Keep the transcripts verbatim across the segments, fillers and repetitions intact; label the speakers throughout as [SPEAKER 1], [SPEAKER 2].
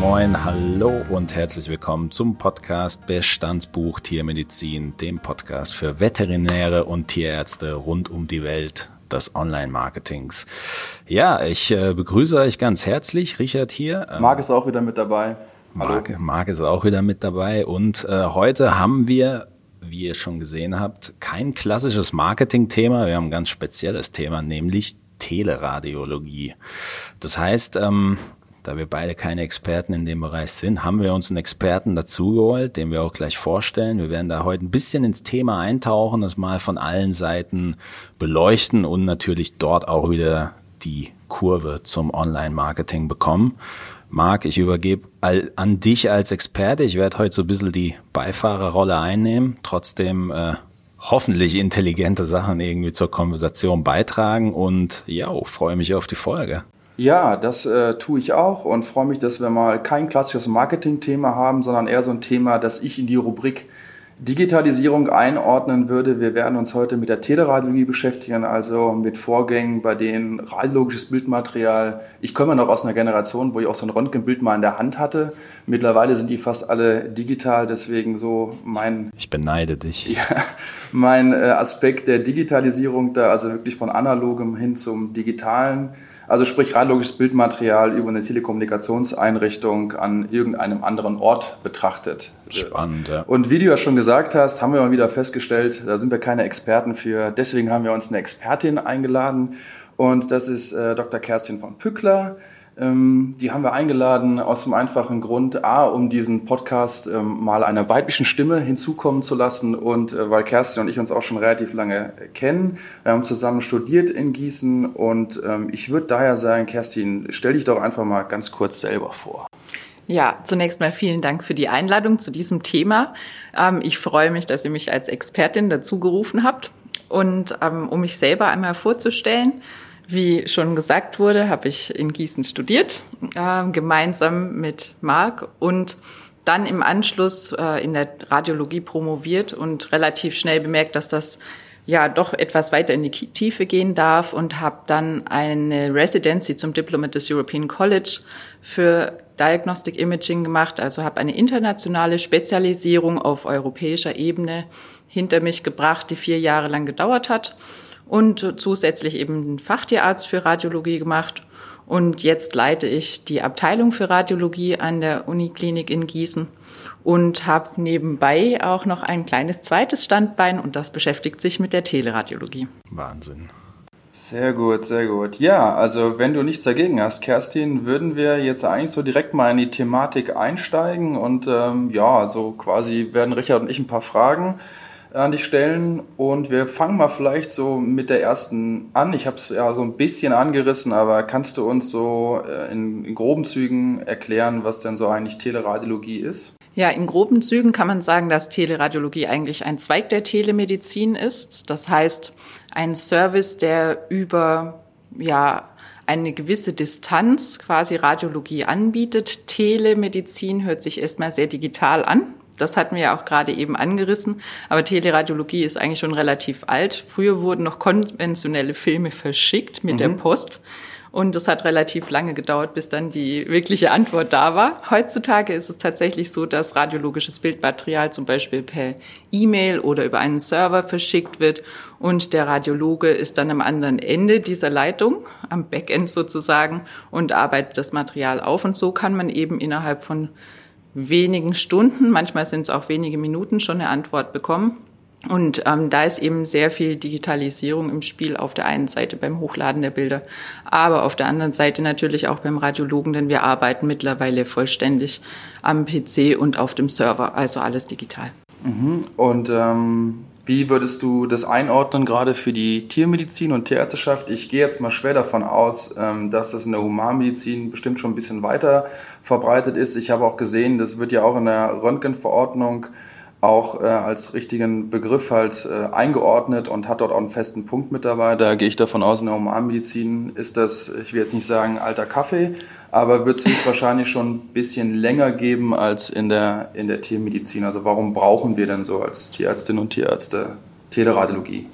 [SPEAKER 1] moin, hallo und herzlich willkommen zum Podcast Bestandsbuch Tiermedizin, dem Podcast für Veterinäre und Tierärzte rund um die Welt des Online-Marketings. Ja, ich äh, begrüße euch ganz herzlich, Richard hier.
[SPEAKER 2] Ähm, Marc ist auch wieder mit dabei.
[SPEAKER 1] Hallo. Marc, Marc ist auch wieder mit dabei und äh, heute haben wir, wie ihr schon gesehen habt, kein klassisches Marketing-Thema, wir haben ein ganz spezielles Thema, nämlich Teleradiologie. Das heißt, ähm, da wir beide keine Experten in dem Bereich sind, haben wir uns einen Experten dazugeholt, den wir auch gleich vorstellen. Wir werden da heute ein bisschen ins Thema eintauchen, das mal von allen Seiten beleuchten und natürlich dort auch wieder die Kurve zum Online-Marketing bekommen. Marc, ich übergebe an dich als Experte. Ich werde heute so ein bisschen die Beifahrerrolle einnehmen, trotzdem äh, hoffentlich intelligente Sachen irgendwie zur Konversation beitragen und ja, freue mich auf die Folge.
[SPEAKER 2] Ja, das äh, tue ich auch und freue mich, dass wir mal kein klassisches Marketing-Thema haben, sondern eher so ein Thema, das ich in die Rubrik Digitalisierung einordnen würde. Wir werden uns heute mit der Teleradiologie beschäftigen, also mit Vorgängen, bei denen radiologisches Bildmaterial, ich komme noch aus einer Generation, wo ich auch so ein Röntgenbild mal in der Hand hatte. Mittlerweile sind die fast alle digital, deswegen so mein...
[SPEAKER 1] Ich beneide dich.
[SPEAKER 2] Ja, mein äh, Aspekt der Digitalisierung da, also wirklich von analogem hin zum digitalen. Also sprich radiologisches Bildmaterial über eine Telekommunikationseinrichtung an irgendeinem anderen Ort betrachtet wird.
[SPEAKER 1] Spannend, ja.
[SPEAKER 2] Und wie du ja schon gesagt hast, haben wir mal wieder festgestellt, da sind wir keine Experten für. Deswegen haben wir uns eine Expertin eingeladen und das ist äh, Doktor Kerstin von Pückler. Ähm, die haben wir eingeladen aus dem einfachen Grund, A, um diesen Podcast ähm, mal einer weiblichen Stimme hinzukommen zu lassen und äh, weil Kerstin und ich uns auch schon relativ lange kennen. Wir haben zusammen studiert in Gießen und ähm, ich würde daher sagen, Kerstin, stell dich doch einfach mal ganz kurz selber vor.
[SPEAKER 3] Ja, zunächst mal vielen Dank für die Einladung zu diesem Thema. Ähm, ich freue mich, dass ihr mich als Expertin dazu gerufen habt und ähm, um mich selber einmal vorzustellen. Wie schon gesagt wurde, habe ich in Gießen studiert, äh, gemeinsam mit Marc und dann im Anschluss äh, in der Radiologie promoviert und relativ schnell bemerkt, dass das ja doch etwas weiter in die Tiefe gehen darf und habe dann eine Residency zum Diplomate des European College für Diagnostic Imaging gemacht, also habe eine internationale Spezialisierung auf europäischer Ebene hinter mich gebracht, die vier Jahre lang gedauert hat. Und zusätzlich eben einen Fachtierarzt für Radiologie gemacht. Und jetzt leite ich die Abteilung für Radiologie an der Uniklinik in Gießen und habe nebenbei auch noch ein kleines zweites Standbein und das beschäftigt sich mit der Teleradiologie.
[SPEAKER 1] Wahnsinn.
[SPEAKER 2] Sehr gut, sehr gut. Ja, also wenn du nichts dagegen hast, Kerstin, würden wir jetzt eigentlich so direkt mal in die Thematik einsteigen und ähm, ja, so quasi werden Richard und ich ein paar Fragen an dich stellen und wir fangen mal vielleicht so mit der ersten an. Ich habe es ja so ein bisschen angerissen, aber kannst du uns so in, in groben Zügen erklären, was denn so eigentlich Teleradiologie ist?
[SPEAKER 3] Ja, in groben Zügen kann man sagen, dass Teleradiologie eigentlich ein Zweig der Telemedizin ist. Das heißt, ein Service, der über ja eine gewisse Distanz quasi Radiologie anbietet. Telemedizin hört sich erstmal sehr digital an. Das hatten wir ja auch gerade eben angerissen, aber Teleradiologie ist eigentlich schon relativ alt. Früher wurden noch konventionelle Filme verschickt mit mhm. der Post und es hat relativ lange gedauert, bis dann die wirkliche Antwort da war. Heutzutage ist es tatsächlich so, dass radiologisches Bildmaterial zum Beispiel per E-Mail oder über einen Server verschickt wird und der Radiologe ist dann am anderen Ende dieser Leitung, am Backend sozusagen, und arbeitet das Material auf und so kann man eben innerhalb von wenigen Stunden, manchmal sind es auch wenige Minuten, schon eine Antwort bekommen. Und ähm, da ist eben sehr viel Digitalisierung im Spiel, auf der einen Seite beim Hochladen der Bilder, aber auf der anderen Seite natürlich auch beim Radiologen, denn wir arbeiten mittlerweile vollständig am P C und auf dem Server, also alles digital.
[SPEAKER 2] Mhm. Und ähm, wie würdest du das einordnen, gerade für die Tiermedizin und Tierärzteschaft? Ich gehe jetzt mal schwer davon aus, dass es in der Humanmedizin bestimmt schon ein bisschen weiter verbreitet ist. Ich habe auch gesehen, das wird ja auch in der Röntgenverordnung auch äh, als richtigen Begriff halt äh, eingeordnet und hat dort auch einen festen Punkt mit dabei. Da gehe ich davon aus, in der Humanmedizin ist das, ich will jetzt nicht sagen alter Kaffee, aber wird es höchstwahrscheinlich schon ein bisschen länger geben als in der, in der Tiermedizin. Also warum brauchen wir denn so als Tierärztinnen und Tierärzte Teleradiologie?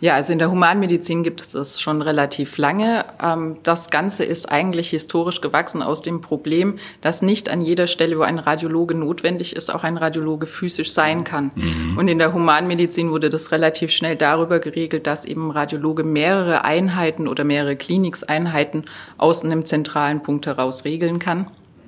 [SPEAKER 3] Ja, also in der Humanmedizin gibt es das schon relativ lange. Das Ganze ist eigentlich historisch gewachsen aus dem Problem, dass nicht an jeder Stelle, wo ein Radiologe notwendig ist, auch ein Radiologe physisch sein kann. Mhm. Und in der Humanmedizin wurde das relativ schnell darüber geregelt, dass eben Radiologe mehrere Einheiten oder mehrere Klinikeinheiten aus einem zentralen Punkt heraus regeln kann.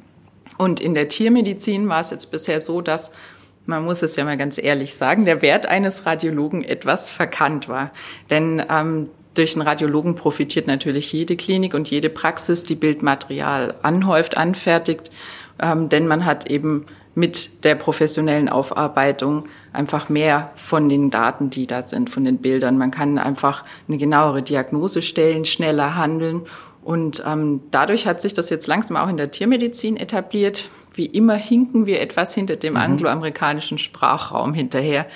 [SPEAKER 3] Und in der Tiermedizin war es jetzt bisher so, dass, man muss es ja mal ganz ehrlich sagen, der Wert eines Radiologen etwas verkannt war. Denn ähm, durch einen Radiologen profitiert natürlich jede Klinik und jede Praxis, die Bildmaterial anhäuft, anfertigt. Ähm, denn man hat eben mit der professionellen Aufarbeitung einfach mehr von den Daten, die da sind, von den Bildern. Man kann einfach eine genauere Diagnose stellen, schneller handeln. Und ähm, dadurch hat sich das jetzt langsam auch in der Tiermedizin etabliert. Wie immer hinken wir etwas hinter dem mhm. angloamerikanischen Sprachraum hinterher,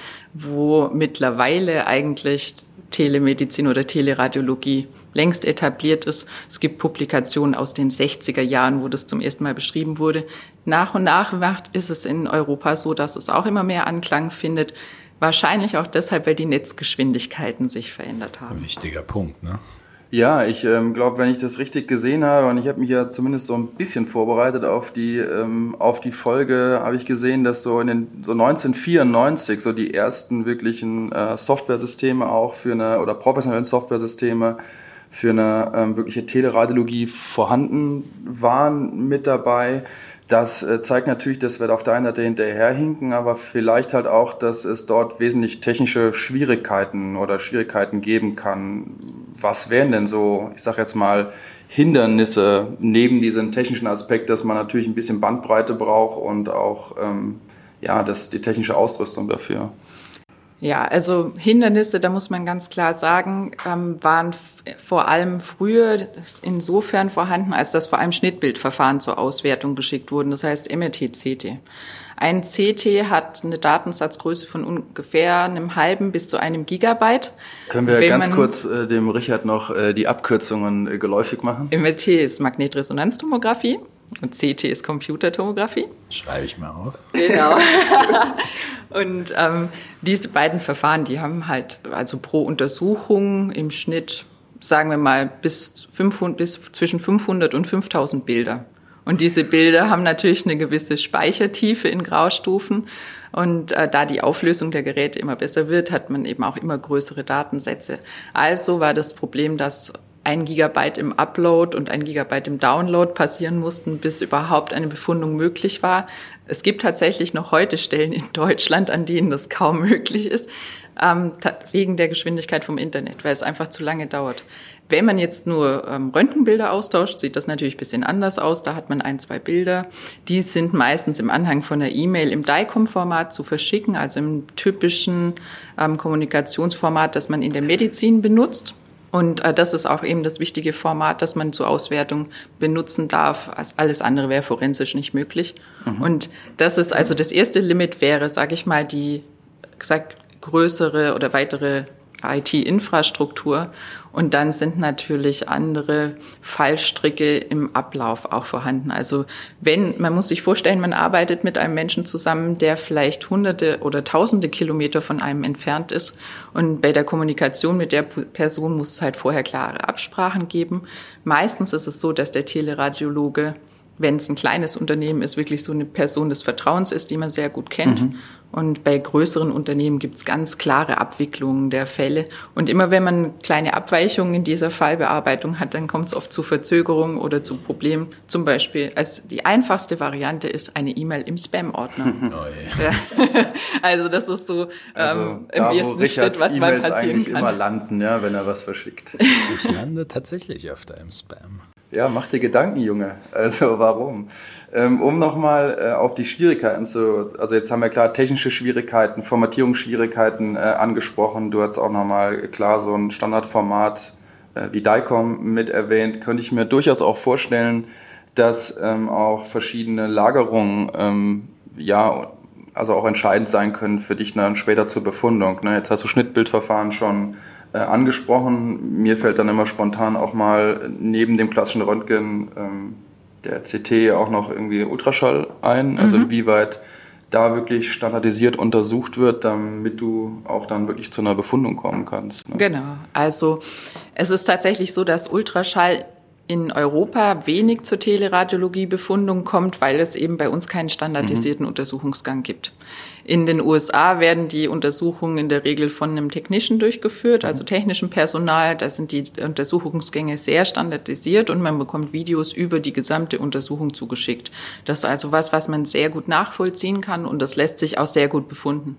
[SPEAKER 3] wo mittlerweile eigentlich Telemedizin oder Teleradiologie längst etabliert ist. Es gibt Publikationen aus den sechziger Jahren, wo das zum ersten Mal beschrieben wurde. Nach und nach ist es in Europa so, dass es auch immer mehr Anklang findet. Wahrscheinlich auch deshalb, weil die Netzgeschwindigkeiten sich verändert haben.
[SPEAKER 1] Ein wichtiger Punkt, ne?
[SPEAKER 2] Ja, ich ähm, glaube, wenn ich das richtig gesehen habe, und ich habe mich ja zumindest so ein bisschen vorbereitet auf die ähm, auf die Folge, habe ich gesehen, dass so in den so neunzehnhundertvierundneunzig so die ersten wirklichen äh, Softwaresysteme auch für eine oder professionellen Softwaresysteme für eine ähm, wirkliche Teleradiologie vorhanden waren mit dabei. Das äh, zeigt natürlich, dass wir auf der einen Seite hinterherhinken, aber vielleicht halt auch, dass es dort wesentlich technische Schwierigkeiten oder Schwierigkeiten geben kann. Was wären denn so, ich sage jetzt mal, Hindernisse neben diesem technischen Aspekt, dass man natürlich ein bisschen Bandbreite braucht und auch ähm, ja, das, die technische Ausrüstung dafür?
[SPEAKER 3] Ja, also Hindernisse, da muss man ganz klar sagen, ähm, waren f- vor allem früher insofern vorhanden, als dass vor allem Schnittbildverfahren zur Auswertung geschickt wurden, das heißt M R T, C T. Ein C T hat eine Datensatzgröße von ungefähr einem halben bis zu einem Gigabyte.
[SPEAKER 2] Können wir Wenn ganz kurz äh, dem Richard noch äh, die Abkürzungen äh, geläufig machen?
[SPEAKER 3] M R T ist Magnetresonanztomographie. Und C T ist Computertomographie.
[SPEAKER 1] Schreibe ich mal auf.
[SPEAKER 3] Genau. Und ähm, diese beiden Verfahren, die haben halt also pro Untersuchung im Schnitt, sagen wir mal, bis, fünfhundert, bis zwischen fünfhundert und fünftausend Bilder. Und diese Bilder haben natürlich eine gewisse Speichertiefe in Graustufen. Und äh, da die Auflösung der Geräte immer besser wird, hat man eben auch immer größere Datensätze. Also war das Problem, dass ein Gigabyte im Upload und ein Gigabyte im Download passieren mussten, bis überhaupt eine Befundung möglich war. Es gibt tatsächlich noch heute Stellen in Deutschland, an denen das kaum möglich ist, ähm, wegen der Geschwindigkeit vom Internet, weil es einfach zu lange dauert. Wenn man jetzt nur ähm, Röntgenbilder austauscht, sieht das natürlich ein bisschen anders aus. Da hat man ein, zwei Bilder. Die sind meistens im Anhang von einer E-Mail im D I C O M-Format zu verschicken, also im typischen ähm, Kommunikationsformat, das man in der Medizin benutzt. Und äh, das ist auch eben das wichtige Format, das man zur Auswertung benutzen darf. Alles andere wäre forensisch nicht möglich. Mhm. Und das ist also das erste Limit wäre, sage ich mal, die gesagt größere oder weitere I T-Infrastruktur. Und dann sind natürlich andere Fallstricke im Ablauf auch vorhanden. Also wenn, man muss sich vorstellen, man arbeitet mit einem Menschen zusammen, der vielleicht hunderte oder tausende Kilometer von einem entfernt ist. Und bei der Kommunikation mit der Person muss es halt vorher klare Absprachen geben. Meistens ist es so, dass der Teleradiologe, wenn es ein kleines Unternehmen ist, wirklich so eine Person des Vertrauens ist, die man sehr gut kennt. Mhm. Und bei größeren Unternehmen gibt es ganz klare Abwicklungen der Fälle. Und immer wenn man kleine Abweichungen in dieser Fallbearbeitung hat, dann kommt es oft zu Verzögerungen oder zu Problemen. Zum Beispiel, also die einfachste Variante ist eine E-Mail im Spam-Ordner. Oh ja. Also das ist so
[SPEAKER 2] also
[SPEAKER 3] ähm, im da, ersten Schritt, was mal passieren kann. Immer
[SPEAKER 2] landen, ja, wenn er was verschickt.
[SPEAKER 1] Ich lande tatsächlich öfter im Spam.
[SPEAKER 2] Ja, mach dir Gedanken, Junge. Also warum? Ähm, um nochmal äh, auf die Schwierigkeiten zu, also jetzt haben wir klar technische Schwierigkeiten, Formatierungsschwierigkeiten äh, angesprochen. Du hast auch nochmal klar so ein Standardformat äh, wie D I C O M mit erwähnt. Könnte ich mir durchaus auch vorstellen, dass ähm, auch verschiedene Lagerungen ähm, ja also auch entscheidend sein können für dich dann später zur Befundung. Ne? Jetzt hast du Schnittbildverfahren schon Äh, angesprochen. Mir fällt dann immer spontan auch mal neben dem klassischen Röntgen ähm, der C T auch noch irgendwie Ultraschall ein. Also mhm. wie weit da wirklich standardisiert untersucht wird, damit du auch dann wirklich zu einer Befundung kommen kannst. Ne?
[SPEAKER 3] Genau. Also es ist tatsächlich so, dass Ultraschall in Europa wenig zur Teleradiologie-Befundung kommt, weil es eben bei uns keinen standardisierten mhm. Untersuchungsgang gibt. In den U S A werden die Untersuchungen in der Regel von einem Technischen durchgeführt, also technischem Personal. Da sind die Untersuchungsgänge sehr standardisiert und man bekommt Videos über die gesamte Untersuchung zugeschickt. Das ist also was, was man sehr gut nachvollziehen kann und das lässt sich auch sehr gut befunden.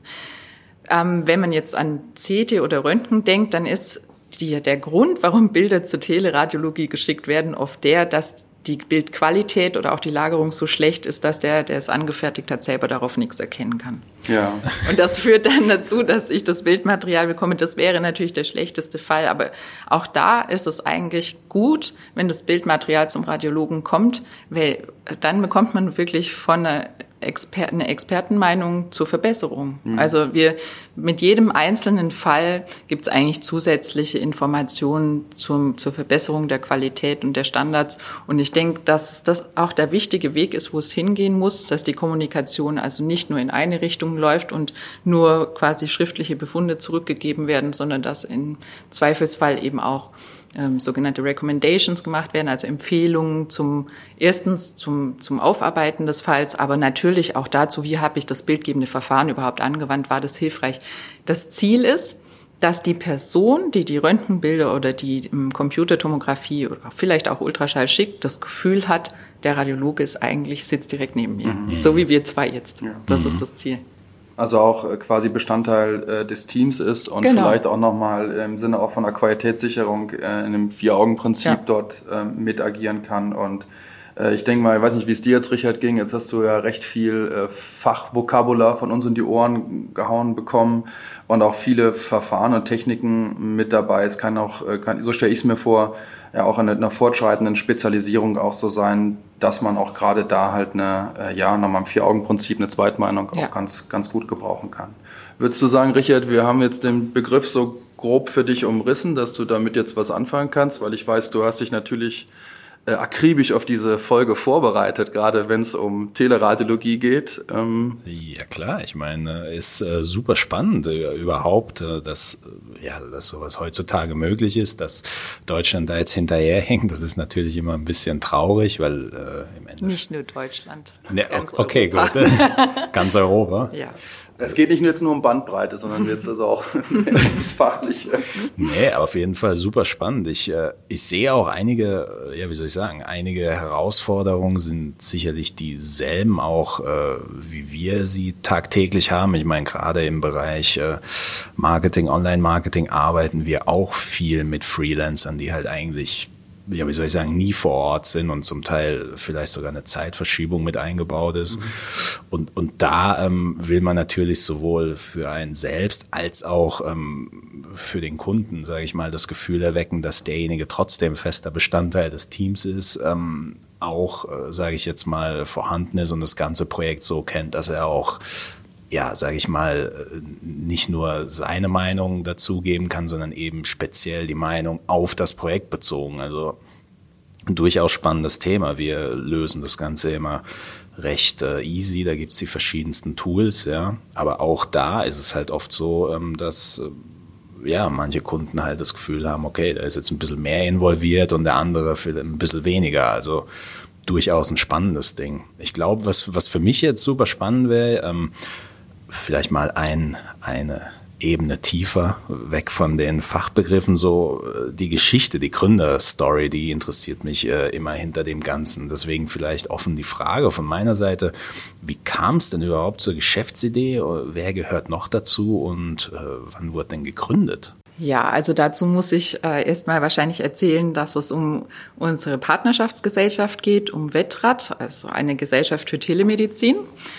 [SPEAKER 3] Ähm, wenn man jetzt an C T oder Röntgen denkt, dann ist die, der Grund, warum Bilder zur Teleradiologie geschickt werden, oft der, dass die Bildqualität oder auch die Lagerung so schlecht ist, dass der, der es angefertigt hat, selber darauf nichts erkennen kann.
[SPEAKER 2] Ja.
[SPEAKER 3] Und das führt dann dazu, dass ich das Bildmaterial bekomme. Das wäre natürlich der schlechteste Fall, aber auch da ist es eigentlich gut, wenn das Bildmaterial zum Radiologen kommt, weil dann bekommt man wirklich von einer Exper- eine Expertenmeinung zur Verbesserung. Mhm. Also wir mit jedem einzelnen Fall gibt es eigentlich zusätzliche Informationen zum, zur Verbesserung der Qualität und der Standards. Und ich denke, dass das auch der wichtige Weg ist, wo es hingehen muss, dass die Kommunikation also nicht nur in eine Richtung läuft und nur quasi schriftliche Befunde zurückgegeben werden, sondern dass im Zweifelsfall eben auch Ähm, sogenannte Recommendations gemacht werden, also Empfehlungen zum erstens zum zum Aufarbeiten des Falls, aber natürlich auch dazu, wie habe ich das bildgebende Verfahren überhaupt angewandt, war das hilfreich. Das Ziel ist, dass die Person, die die Röntgenbilder oder die um, Computertomographie oder vielleicht auch Ultraschall schickt, das Gefühl hat, der Radiologe ist eigentlich, sitzt direkt neben mir, mhm. so wie wir zwei jetzt. Ja. Das mhm. ist das Ziel.
[SPEAKER 2] Also auch äh, quasi Bestandteil äh, des Teams ist und genau. vielleicht auch nochmal im Sinne auch von der Qualitätssicherung äh, in einem Vier-Augen-Prinzip ja. dort äh, mit agieren kann. Und äh, ich denke mal, ich weiß nicht, wie es dir jetzt, Richard, ging, jetzt hast du ja recht viel äh, Fachvokabular von uns in die Ohren gehauen bekommen und auch viele Verfahren und Techniken mit dabei. Es kann auch, äh, kann, so stelle ich es mir vor, ja auch in einer fortschreitenden Spezialisierung auch so sein, dass man auch gerade da halt eine, äh, ja, nochmal im Vier-Augen-Prinzip eine Zweitmeinung ja. auch ganz, ganz gut gebrauchen kann. Würdest du sagen, Richard, wir haben jetzt den Begriff so grob für dich umrissen, dass du damit jetzt was anfangen kannst, weil ich weiß, du hast dich natürlich äh, akribisch auf diese Folge vorbereitet, gerade wenn es um Teleradiologie geht. Ähm
[SPEAKER 1] ja klar, ich meine, ist äh, super spannend äh, überhaupt, äh, dass, äh, ja, dass sowas heutzutage möglich ist, dass Deutschland da jetzt hinterherhängt. Das ist natürlich immer ein bisschen traurig, weil äh, im Endeffekt...
[SPEAKER 3] Nicht nur Deutschland.
[SPEAKER 1] Ne, okay, Europa. Gut. Ganz Europa.
[SPEAKER 3] Ja.
[SPEAKER 2] Es geht nicht nur jetzt nur um Bandbreite, sondern jetzt also auch um das Fachliche.
[SPEAKER 1] Nee, aber auf jeden Fall super spannend. Ich, äh, ich sehe auch einige, ja, wie soll ich sagen, einige Herausforderungen sind sicherlich dieselben auch, äh, wie wir sie tagtäglich haben. Ich meine, gerade im Bereich äh, Marketing, Online-Marketing arbeiten wir auch viel mit Freelancern, die halt eigentlich, ja, wie soll ich sagen, nie vor Ort sind und zum Teil vielleicht sogar eine Zeitverschiebung mit eingebaut ist. Mhm. Und, und da ähm, will man natürlich sowohl für einen selbst als auch ähm, für den Kunden, sage ich mal, das Gefühl erwecken, dass derjenige trotzdem fester Bestandteil des Teams ist, ähm, auch, äh, sage ich jetzt mal, vorhanden ist und das ganze Projekt so kennt, dass er auch, ja, sage ich mal, nicht nur seine Meinung dazugeben kann, sondern eben speziell die Meinung auf das Projekt bezogen. Also ein durchaus spannendes Thema. Wir lösen das Ganze immer recht äh, easy. Da gibt's die verschiedensten Tools, ja. Aber auch da ist es halt oft so, ähm, dass äh, ja manche Kunden halt das Gefühl haben, okay, da ist jetzt ein bisschen mehr involviert und der andere für ein bisschen weniger. Also durchaus ein spannendes Ding. Ich glaube, was was für mich jetzt super spannend wäre, ähm, vielleicht mal ein, eine Ebene tiefer, weg von den Fachbegriffen, so die Geschichte, die Gründerstory, die interessiert mich äh, immer hinter dem Ganzen. Deswegen vielleicht offen die Frage von meiner Seite, wie kam es denn überhaupt zur Geschäftsidee? Wer gehört noch dazu und äh, wann wurde denn gegründet?
[SPEAKER 3] Ja, also dazu muss ich äh, erstmal wahrscheinlich erzählen, dass es um unsere Partnerschaftsgesellschaft geht, um Vettrad, also eine Gesellschaft für Telemedizin.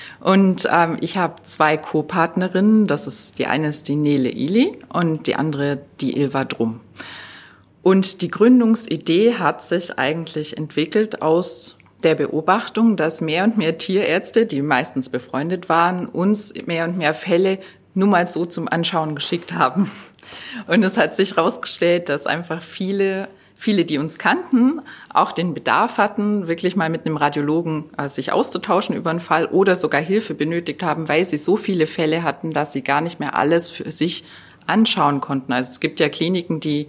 [SPEAKER 3] Und ähm, ich habe zwei Co-Partnerinnen, das ist die eine ist die Nele Ili und die andere die Ilva Drum. Und die Gründungsidee hat sich eigentlich entwickelt aus der Beobachtung, dass mehr und mehr Tierärzte, die meistens befreundet waren, uns mehr und mehr Fälle nur mal so zum Anschauen geschickt haben. Und es hat sich herausgestellt, dass einfach viele viele, die uns kannten, auch den Bedarf hatten, wirklich mal mit einem Radiologen äh, sich auszutauschen über einen Fall oder sogar Hilfe benötigt haben, weil sie so viele Fälle hatten, dass sie gar nicht mehr alles für sich anschauen konnten. Also es gibt ja Kliniken, die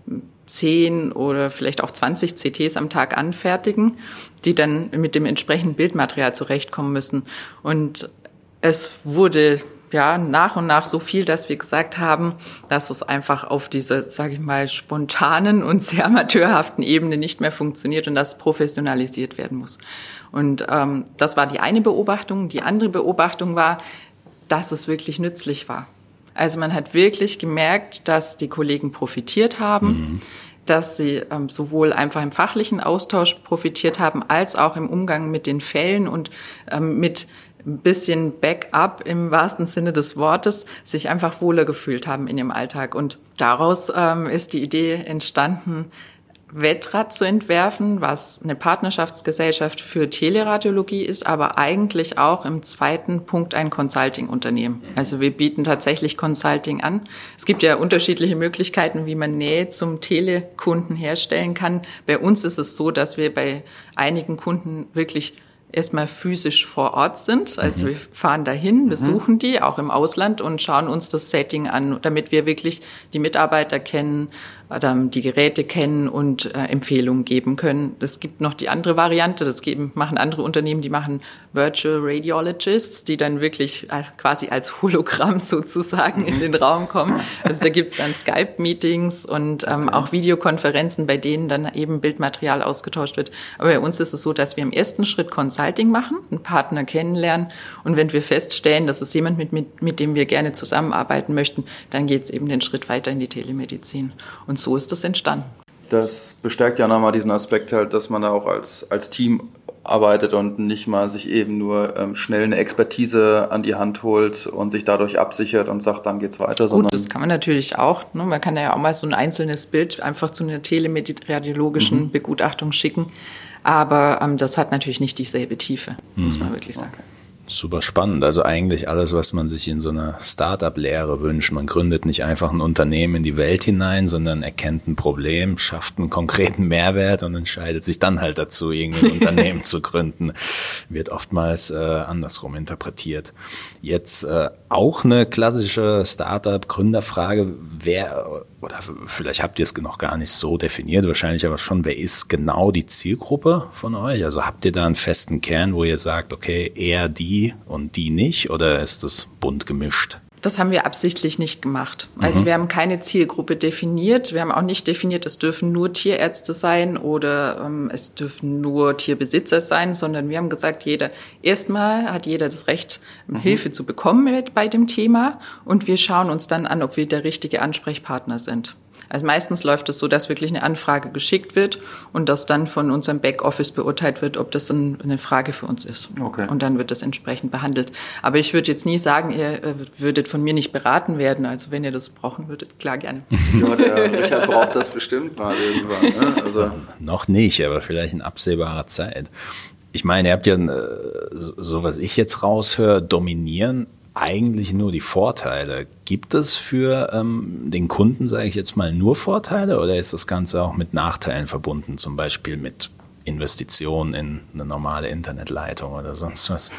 [SPEAKER 3] zehn oder vielleicht auch zwanzig C Ts am Tag anfertigen, die dann mit dem entsprechenden Bildmaterial zurechtkommen müssen. Und es wurde ja nach und nach so viel, dass wir gesagt haben, dass es einfach auf diese, sage ich mal, spontanen und sehr amateurhaften Ebene nicht mehr funktioniert und dass professionalisiert werden muss. Und ähm, das war die eine Beobachtung. Die andere Beobachtung war, dass es wirklich nützlich war. Also man hat wirklich gemerkt, dass die Kollegen profitiert haben, mhm. dass sie ähm, sowohl einfach im fachlichen Austausch profitiert haben, als auch im Umgang mit den Fällen und ähm, mit ein bisschen Backup im wahrsten Sinne des Wortes sich einfach wohler gefühlt haben in ihrem Alltag. Und daraus ähm, ist die Idee entstanden, Vettrad zu entwerfen, was eine Partnerschaftsgesellschaft für Teleradiologie ist, aber eigentlich auch im zweiten Punkt ein Consulting-Unternehmen. Also wir bieten tatsächlich Consulting an. Es gibt ja unterschiedliche Möglichkeiten, wie man Nähe zum Telekunden herstellen kann. Bei uns ist es so, dass wir bei einigen Kunden wirklich erstmal physisch vor Ort sind. Also mhm. wir fahren dahin, besuchen mhm. die, auch im Ausland, und schauen uns das Setting an, damit wir wirklich die Mitarbeiter kennen, die Geräte kennen und äh, Empfehlungen geben können. Es gibt noch die andere Variante, das geben, machen andere Unternehmen, die machen Virtual Radiologists, die dann wirklich äh, quasi als Hologramm sozusagen in den Raum kommen. Also da gibt's dann Skype-Meetings und ähm, okay. auch Videokonferenzen, bei denen dann eben Bildmaterial ausgetauscht wird. Aber bei uns ist es so, dass wir im ersten Schritt Consulting machen, einen Partner kennenlernen, und wenn wir feststellen, dass es jemand mit, mit, mit dem wir gerne zusammenarbeiten möchten, dann geht's eben den Schritt weiter in die Telemedizin. Und so ist das entstanden.
[SPEAKER 2] Das bestärkt ja nochmal diesen Aspekt halt, dass man da auch als, als Team arbeitet und nicht mal sich eben nur ähm, schnell eine Expertise an die Hand holt und sich dadurch absichert und sagt, dann geht's weiter.
[SPEAKER 3] Gut, das kann man natürlich auch. Ne? Man kann ja auch mal so ein einzelnes Bild einfach zu einer teleradiologischen mhm. Begutachtung schicken. Aber ähm, das hat natürlich nicht dieselbe Tiefe, mhm. muss man wirklich sagen.
[SPEAKER 1] Okay. Super spannend. Also eigentlich alles, was man sich in so einer Start-up-Lehre wünscht. Man gründet nicht einfach ein Unternehmen in die Welt hinein, sondern erkennt ein Problem, schafft einen konkreten Mehrwert und entscheidet sich dann halt dazu, irgendwie ein Unternehmen zu gründen. Wird oftmals äh, andersrum interpretiert. Jetzt äh, auch eine klassische Start-up-Gründerfrage. Wer, oder vielleicht habt ihr es noch gar nicht so definiert, wahrscheinlich aber schon, wer ist genau die Zielgruppe von euch? Also habt ihr da einen festen Kern, wo ihr sagt, okay, eher die und die nicht, oder ist das bunt gemischt?
[SPEAKER 3] Das haben wir absichtlich nicht gemacht. Also mhm. wir haben keine Zielgruppe definiert. Wir haben auch nicht definiert, es dürfen nur Tierärzte sein oder ähm, es dürfen nur Tierbesitzer sein, sondern wir haben gesagt, jeder, erstmal hat jeder das Recht, mhm. Hilfe zu bekommen bei dem Thema, und wir schauen uns dann an, ob wir der richtige Ansprechpartner sind. Also meistens läuft es so, dass wirklich eine Anfrage geschickt wird und dass dann von unserem Backoffice beurteilt wird, ob das eine Frage für uns ist. Okay. Und dann wird das entsprechend behandelt. Aber ich würde jetzt nie sagen, ihr würdet von mir nicht beraten werden. Also wenn ihr das brauchen würdet, klar, gerne.
[SPEAKER 2] Ja, der Richard braucht das bestimmt mal irgendwann. Ne? Also
[SPEAKER 1] noch nicht, aber vielleicht in absehbarer Zeit. Ich meine, ihr habt ja, so was ich jetzt raushöre, dominieren eigentlich nur die Vorteile. Gibt es für ähm, den Kunden, sage ich jetzt mal, nur Vorteile, oder ist das Ganze auch mit Nachteilen verbunden, zum Beispiel mit Investitionen in eine normale Internetleitung oder sonst was?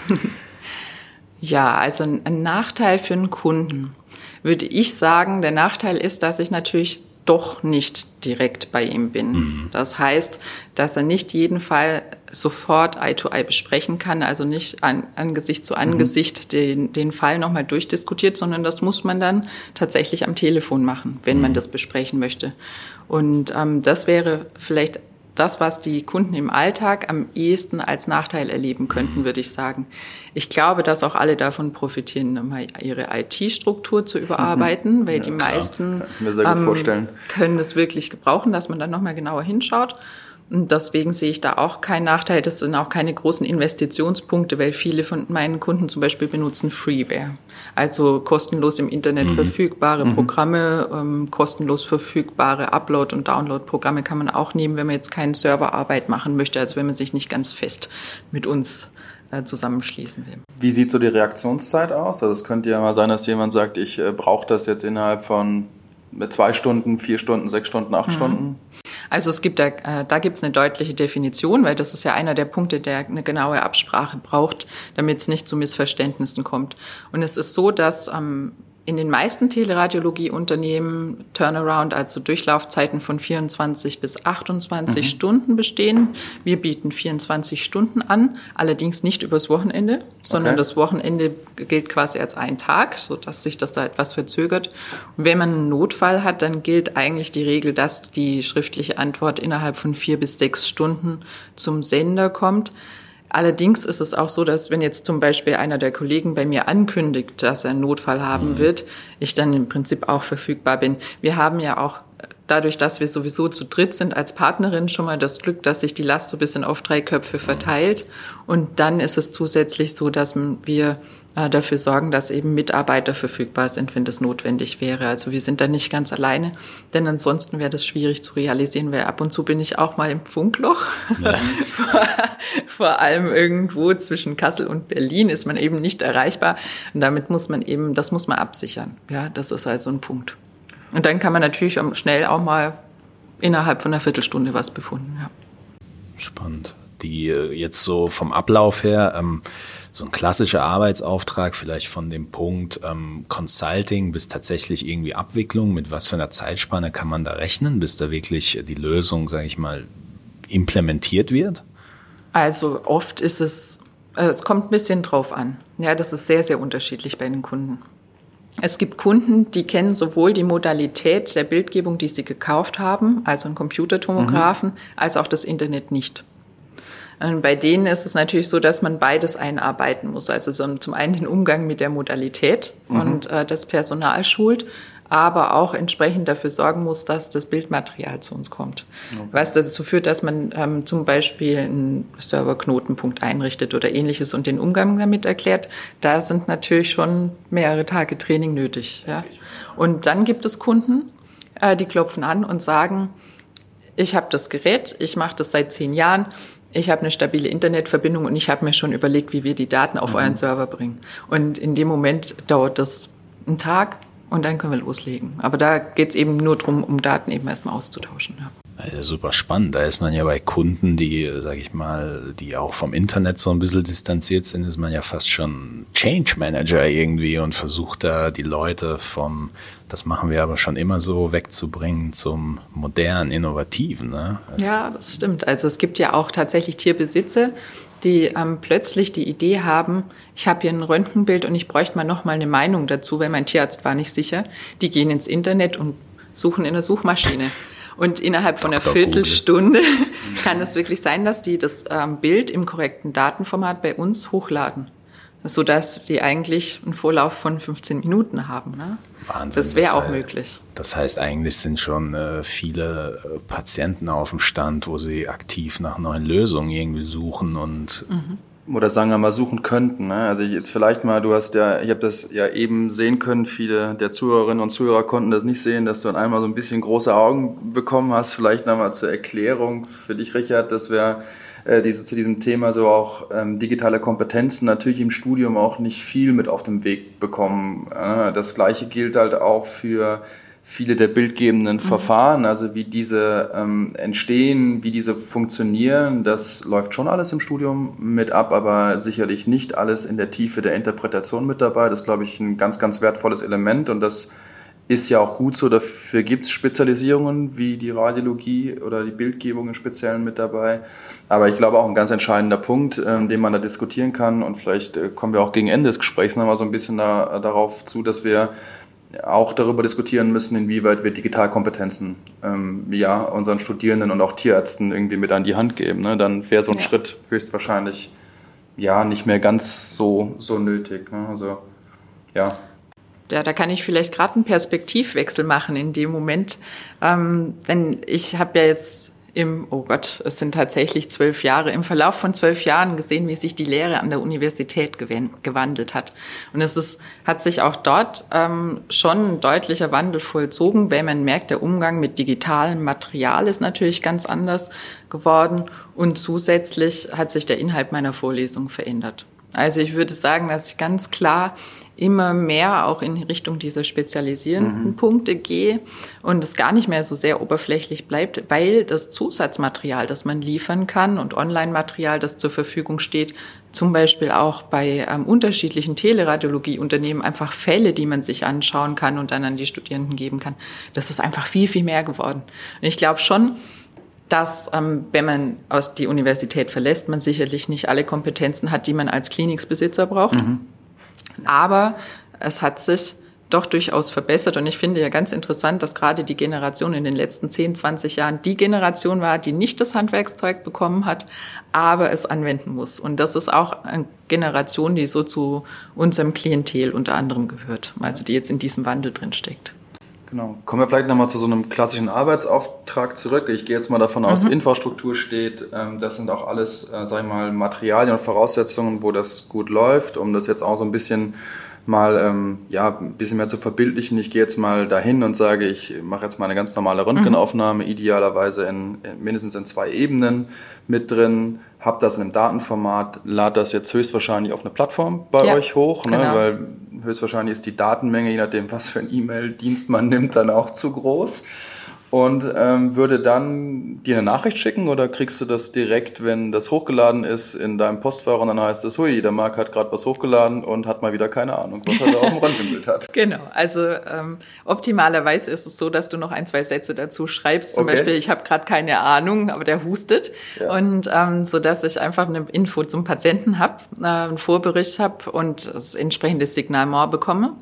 [SPEAKER 3] Ja, also ein, ein Nachteil für einen Kunden würde ich sagen, der Nachteil ist, dass ich natürlich doch nicht direkt bei ihm bin. Mhm. Das heißt, dass er nicht jeden Fall sofort Eye to Eye besprechen kann, also nicht an, Angesicht zu Angesicht mhm. den, den Fall nochmal durchdiskutiert, sondern das muss man dann tatsächlich am Telefon machen, wenn mhm. man das besprechen möchte. Und ähm, das wäre vielleicht das, was die Kunden im Alltag am ehesten als Nachteil erleben könnten, würde ich sagen. Ich glaube, dass auch alle davon profitieren, ihre I T-Struktur zu überarbeiten, weil ja, die klar. meisten ähm, können es wirklich gebrauchen, dass man dann nochmal genauer hinschaut. Und deswegen sehe ich da auch keinen Nachteil. Das sind auch keine großen Investitionspunkte, weil viele von meinen Kunden zum Beispiel benutzen Freeware. Also kostenlos im Internet mhm. verfügbare mhm. Programme, ähm, kostenlos verfügbare Upload- und Download-Programme kann man auch nehmen, wenn man jetzt keine Serverarbeit machen möchte, also wenn man sich nicht ganz fest mit uns äh, zusammenschließen will.
[SPEAKER 2] Wie sieht so die Reaktionszeit aus? Also es könnte ja mal sein, dass jemand sagt, ich äh, brauche das jetzt innerhalb von zwei Stunden, vier Stunden, sechs Stunden, acht mhm. Stunden.
[SPEAKER 3] Also es gibt da, äh, da gibt es eine deutliche Definition, weil das ist ja einer der Punkte, der eine genaue Absprache braucht, damit es nicht zu Missverständnissen kommt. Und es ist so, dass ähm, in den meisten Teleradiologieunternehmen Turnaround, also Durchlaufzeiten von vierundzwanzig bis achtundzwanzig mhm. Stunden bestehen. Wir bieten vierundzwanzig Stunden an, allerdings nicht übers Wochenende, sondern okay. das Wochenende gilt quasi als ein Tag, sodass sich das da etwas verzögert. Und wenn man einen Notfall hat, dann gilt eigentlich die Regel, dass die schriftliche Antwort innerhalb von vier bis sechs Stunden zum Sender kommt. Allerdings ist es auch so, dass wenn jetzt zum Beispiel einer der Kollegen bei mir ankündigt, dass er einen Notfall haben mhm. wird, ich dann im Prinzip auch verfügbar bin. Wir haben ja auch dadurch, dass wir sowieso zu dritt sind als Partnerin, schon mal das Glück, dass sich die Last so ein bisschen auf drei Köpfe verteilt. Und dann ist es zusätzlich so, dass wir dafür sorgen, dass eben Mitarbeiter verfügbar sind, wenn das notwendig wäre. Also wir sind da nicht ganz alleine, denn ansonsten wäre das schwierig zu realisieren, weil ab und zu bin ich auch mal im Funkloch. Ja. vor, vor allem irgendwo zwischen Kassel und Berlin ist man eben nicht erreichbar. Und damit muss man eben, das muss man absichern. Ja, das ist halt so ein Punkt. Und dann kann man natürlich schnell auch mal innerhalb von einer Viertelstunde was befunden. Ja.
[SPEAKER 1] Spannend. Die jetzt so vom Ablauf her, ähm, so ein klassischer Arbeitsauftrag, vielleicht von dem Punkt ähm, Consulting bis tatsächlich irgendwie Abwicklung, mit was für einer Zeitspanne kann man da rechnen, bis da wirklich die Lösung, sage ich mal, implementiert wird?
[SPEAKER 3] Also oft ist es, also es kommt ein bisschen drauf an. Ja, das ist sehr, sehr unterschiedlich bei den Kunden. Es gibt Kunden, die kennen sowohl die Modalität der Bildgebung, die sie gekauft haben, also einen Computertomographen, mhm. als auch das Internet nicht. Und bei denen ist es natürlich so, dass man beides einarbeiten muss. Also so zum einen den Umgang mit der Modalität mhm. und äh, das Personal schult, aber auch entsprechend dafür sorgen muss, dass das Bildmaterial zu uns kommt. Okay. Was dazu führt, dass man ähm, zum Beispiel einen Serverknotenpunkt einrichtet oder Ähnliches und den Umgang damit erklärt. Da sind natürlich schon mehrere Tage Training nötig. Ja. Und dann gibt es Kunden, äh, die klopfen an und sagen, ich habe das Gerät, ich mache das seit zehn Jahren, ich habe eine stabile Internetverbindung und ich habe mir schon überlegt, wie wir die Daten auf mhm. euren Server bringen. Und in dem Moment dauert das einen Tag und dann können wir loslegen. Aber da geht es eben nur darum, um Daten eben erstmal auszutauschen. Ja.
[SPEAKER 1] Das ist ja super spannend. Da ist man ja bei Kunden, die, sag ich mal, die auch vom Internet so ein bisschen distanziert sind, ist man ja fast schon Change Manager irgendwie und versucht da die Leute vom, das machen wir aber schon immer so, wegzubringen zum modernen, innovativen. Ne? Das
[SPEAKER 3] ja, das stimmt. Also es gibt ja auch tatsächlich Tierbesitzer, die ähm, plötzlich die Idee haben, ich habe hier ein Röntgenbild und ich bräuchte mal noch mal eine Meinung dazu, weil mein Tierarzt war nicht sicher. Die gehen ins Internet und suchen in der Suchmaschine. Und innerhalb von einer Viertelstunde kann es wirklich sein, dass die das ähm, Bild im korrekten Datenformat bei uns hochladen, sodass die eigentlich einen Vorlauf von fünfzehn Minuten haben. Ne?
[SPEAKER 1] Wahnsinn.
[SPEAKER 3] Das wäre auch
[SPEAKER 1] heißt,
[SPEAKER 3] möglich.
[SPEAKER 1] Das heißt, eigentlich sind schon äh, viele äh, Patienten auf dem Stand, wo sie aktiv nach neuen Lösungen irgendwie suchen und
[SPEAKER 2] mhm. oder sagen wir mal suchen könnten. Ne? Also ich jetzt vielleicht mal, du hast ja, ich habe das ja eben sehen können, viele der Zuhörerinnen und Zuhörer konnten das nicht sehen, dass du dann einmal so ein bisschen große Augen bekommen hast. Vielleicht nochmal zur Erklärung für dich, Richard, dass wir äh, diese, zu diesem Thema so auch ähm, digitale Kompetenzen natürlich im Studium auch nicht viel mit auf den Weg bekommen. Äh, das Gleiche gilt halt auch für viele der bildgebenden mhm. Verfahren, also wie diese ähm, entstehen, wie diese funktionieren, das läuft schon alles im Studium mit ab, aber sicherlich nicht alles in der Tiefe der Interpretation mit dabei. Das ist, glaube ich, ein ganz, ganz wertvolles Element und das ist ja auch gut so. Dafür gibt es Spezialisierungen wie die Radiologie oder die Bildgebung im Speziellen mit dabei. Aber ich glaube auch ein ganz entscheidender Punkt, ähm, den man da diskutieren kann und vielleicht äh, kommen wir auch gegen Ende des Gesprächs nochmal so ein bisschen da, darauf zu, dass wir auch darüber diskutieren müssen, inwieweit wir Digitalkompetenzen ähm, ja, unseren Studierenden und auch Tierärzten irgendwie mit an die Hand geben. Ne? Dann wäre so ein ja. Schritt höchstwahrscheinlich ja nicht mehr ganz so, so nötig. Ne? Also ja.
[SPEAKER 3] Ja, da kann ich vielleicht gerade einen Perspektivwechsel machen in dem Moment. Ähm, denn ich habe ja jetzt im, oh Gott, es sind tatsächlich zwölf Jahre, im Verlauf von zwölf Jahren gesehen, wie sich die Lehre an der Universität gewandelt hat. Und es ist, hat sich auch dort ähm, schon ein deutlicher Wandel vollzogen, weil man merkt, der Umgang mit digitalem Material ist natürlich ganz anders geworden und zusätzlich hat sich der Inhalt meiner Vorlesung verändert. Also ich würde sagen, dass ich ganz klar immer mehr auch in Richtung dieser spezialisierenden mhm. Punkte gehe und es gar nicht mehr so sehr oberflächlich bleibt, weil das Zusatzmaterial, das man liefern kann und Online-Material, das zur Verfügung steht, zum Beispiel auch bei ähm, unterschiedlichen Teleradiologieunternehmen einfach Fälle, die man sich anschauen kann und dann an die Studierenden geben kann. Das ist einfach viel, viel mehr geworden. Und ich glaube schon, dass, ähm, wenn man aus die Universität verlässt, man sicherlich nicht alle Kompetenzen hat, die man als Klinikbesitzer braucht. Mhm. Aber es hat sich doch durchaus verbessert und ich finde ja ganz interessant, dass gerade die Generation in den letzten zehn, zwanzig Jahren die Generation war, die nicht das Handwerkszeug bekommen hat, aber es anwenden muss. Und das ist auch eine Generation, die so zu unserem Klientel unter anderem gehört, also die jetzt in diesem Wandel drin steckt.
[SPEAKER 2] Genau. Kommen wir vielleicht nochmal zu so einem klassischen Arbeitsauftrag zurück. Ich gehe jetzt mal davon aus, mhm. Infrastruktur steht. Das sind auch alles, sag ich mal, Materialien und Voraussetzungen, wo das gut läuft, um das jetzt auch so ein bisschen mal, ähm, ja, ein bisschen mehr zu verbildlichen. Ich gehe jetzt mal dahin und sage, ich mache jetzt mal eine ganz normale Röntgenaufnahme, mhm. idealerweise in, in mindestens in zwei Ebenen mit drin, habe das in einem Datenformat, lade das jetzt höchstwahrscheinlich auf eine Plattform bei ja, euch hoch, ne, genau. weil höchstwahrscheinlich ist die Datenmenge, je nachdem, was für einen E-Mail-Dienst man nimmt, dann auch zu groß. Und ähm, würde dann dir eine Nachricht schicken oder kriegst du das direkt, wenn das hochgeladen ist, in deinem Postfach und dann heißt es, hui, der Marc hat gerade was hochgeladen und hat mal wieder keine Ahnung, was er da auf dem Röntgenbild hat.
[SPEAKER 3] Genau, also ähm, optimalerweise ist es so, dass du noch ein, zwei Sätze dazu schreibst. Zum okay. Beispiel, ich habe gerade keine Ahnung, aber der hustet. Ja. Und ähm, so dass ich einfach eine Info zum Patienten habe, äh, einen Vorbericht habe und das entsprechende Signalement bekomme.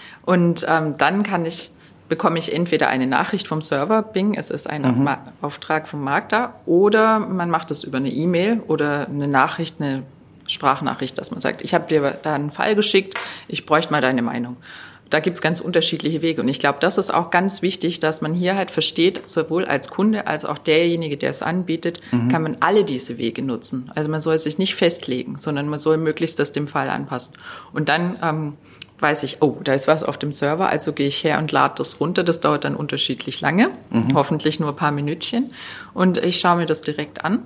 [SPEAKER 3] Und ähm, dann kann ich bekomme ich entweder eine Nachricht vom Server, Bing, es ist ein mhm. Auftrag vom Markt da, oder man macht es über eine E-Mail oder eine Nachricht, eine Sprachnachricht, dass man sagt, ich habe dir da einen Fall geschickt, ich bräuchte mal deine Meinung. Da gibt's ganz unterschiedliche Wege und ich glaube, das ist auch ganz wichtig, dass man hier halt versteht, sowohl als Kunde als auch derjenige, der es anbietet, mhm. kann man alle diese Wege nutzen. Also man soll sich nicht festlegen, sondern man soll möglichst das dem Fall anpassen. Und dann ähm, weiß ich, oh, da ist was auf dem Server, also gehe ich her und lade das runter. Das dauert dann unterschiedlich lange, mhm. hoffentlich nur ein paar Minütchen. Und ich schaue mir das direkt an.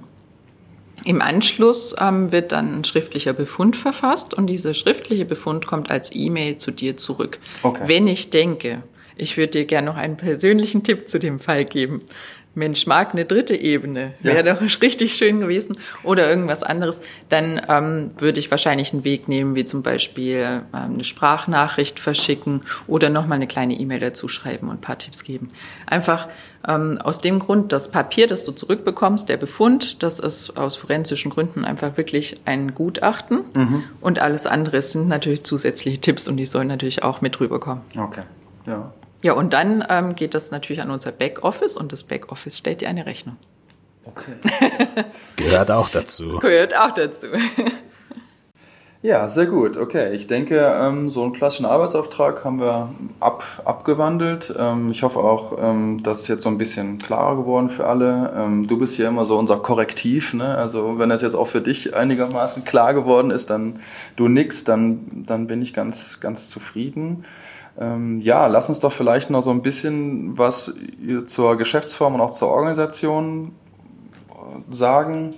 [SPEAKER 3] Im Anschluss ähm, wird dann ein schriftlicher Befund verfasst und dieser schriftliche Befund kommt als E-Mail zu dir zurück. Okay. Wenn ich denke, ich würde dir gerne noch einen persönlichen Tipp zu dem Fall geben. Mensch, mag eine dritte Ebene, wäre ja. doch richtig schön gewesen, oder irgendwas anderes, dann ähm, würde ich wahrscheinlich einen Weg nehmen, wie zum Beispiel ähm, eine Sprachnachricht verschicken oder nochmal eine kleine E-Mail dazu schreiben und ein paar Tipps geben. Einfach ähm, aus dem Grund, das Papier, das du zurückbekommst, der Befund, das ist aus forensischen Gründen einfach wirklich ein Gutachten mhm. und alles andere sind natürlich zusätzliche Tipps und die sollen natürlich auch mit rüberkommen.
[SPEAKER 2] Okay, ja.
[SPEAKER 3] Ja, und dann ähm, geht das natürlich an unser Backoffice und das Backoffice stellt dir eine Rechnung.
[SPEAKER 2] Okay.
[SPEAKER 1] Gehört auch dazu.
[SPEAKER 3] Gehört auch dazu.
[SPEAKER 2] Ja, sehr gut. Okay, ich denke, ähm, so einen klassischen Arbeitsauftrag haben wir ab, abgewandelt. Ähm, ich hoffe auch, ähm, das ist jetzt so ein bisschen klarer geworden für alle. Ähm, du bist ja immer so unser Korrektiv, ne? Also wenn das jetzt auch für dich einigermaßen klar geworden ist, dann du nix, dann, dann bin ich ganz, ganz zufrieden. Ähm, ja, lass uns doch vielleicht noch so ein bisschen was zur Geschäftsform und auch zur Organisation sagen.